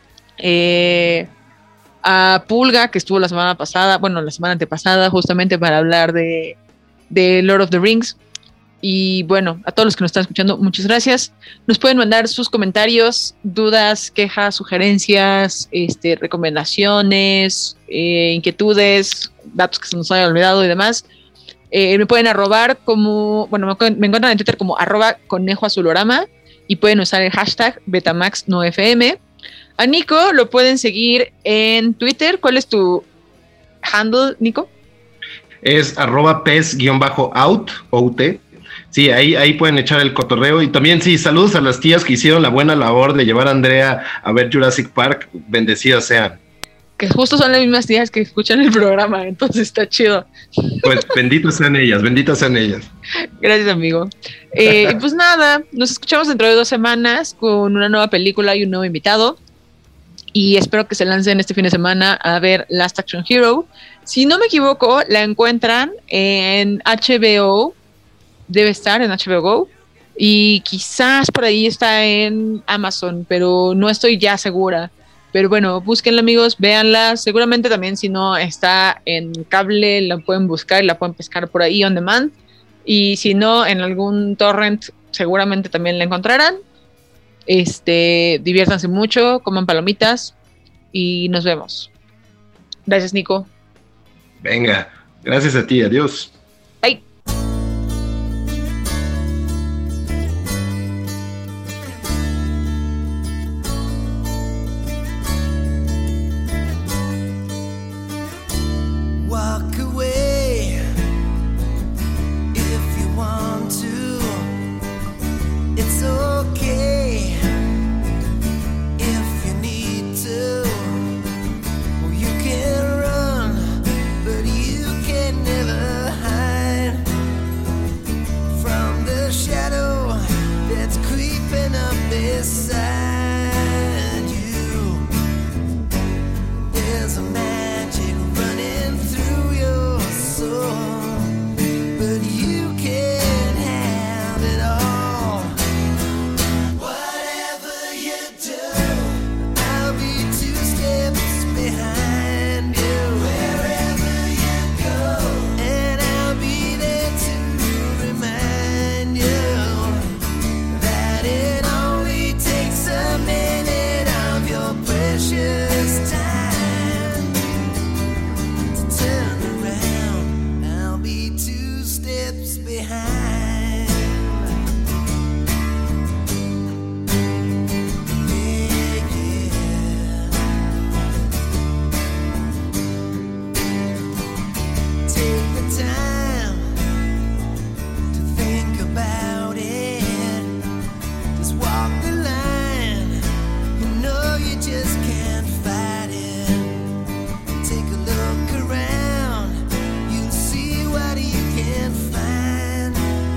A Pulga, que estuvo la semana antepasada, justamente para hablar de Lord of the Rings. Y bueno, a todos los que nos están escuchando, muchas gracias. Nos pueden mandar sus comentarios, dudas, quejas, sugerencias, recomendaciones, inquietudes, datos que se nos hayan olvidado y demás. Me pueden arrobar me encuentran en Twitter como @conejoazulorama y pueden usar el hashtag BetamaxNoFM. A Nico lo pueden seguir en Twitter. ¿Cuál es tu handle, Nico? Es @pes_out, OUT. Sí, ahí pueden echar el cotorreo. Y también, sí, saludos a las tías que hicieron la buena labor de llevar a Andrea a ver Jurassic Park. Bendecidas sean. Que justo son las mismas tías que escuchan el programa, entonces está chido. Pues benditas sean ellas. Gracias, amigo. Y pues nada, nos escuchamos dentro de 2 semanas con una nueva película y un nuevo invitado. Y espero que se lancen este fin de semana a ver Last Action Hero. Si no me equivoco, la encuentran en HBO. Debe estar en HBO Go. Y quizás por ahí está en Amazon, pero no estoy ya segura. Pero bueno, búsquenla, amigos, véanla. Seguramente también si no está en cable, la pueden buscar y la pueden pescar por ahí on demand. Y si no, en algún torrent seguramente también la encontrarán. Diviértanse mucho, coman palomitas y nos vemos. Gracias, Nico. Venga, gracias a ti, adiós. Bye. Walk away if you want to. It's okay if you need to. Well, you can run, but you can never hide from the shadow that's creeping up beside you. There's a magic running through your soul, but you can't have it all. Whatever you do, I'll be 2 steps behind you. Wherever you go, and I'll be there to remind you that it only takes a minute of your precious time to turn around. I'll be 2 steps behind. Yeah, yeah. Take the time to think about it. Just walk the line. You know you just can't fight it. Take a look around. You'll see what you can find.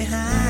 behind.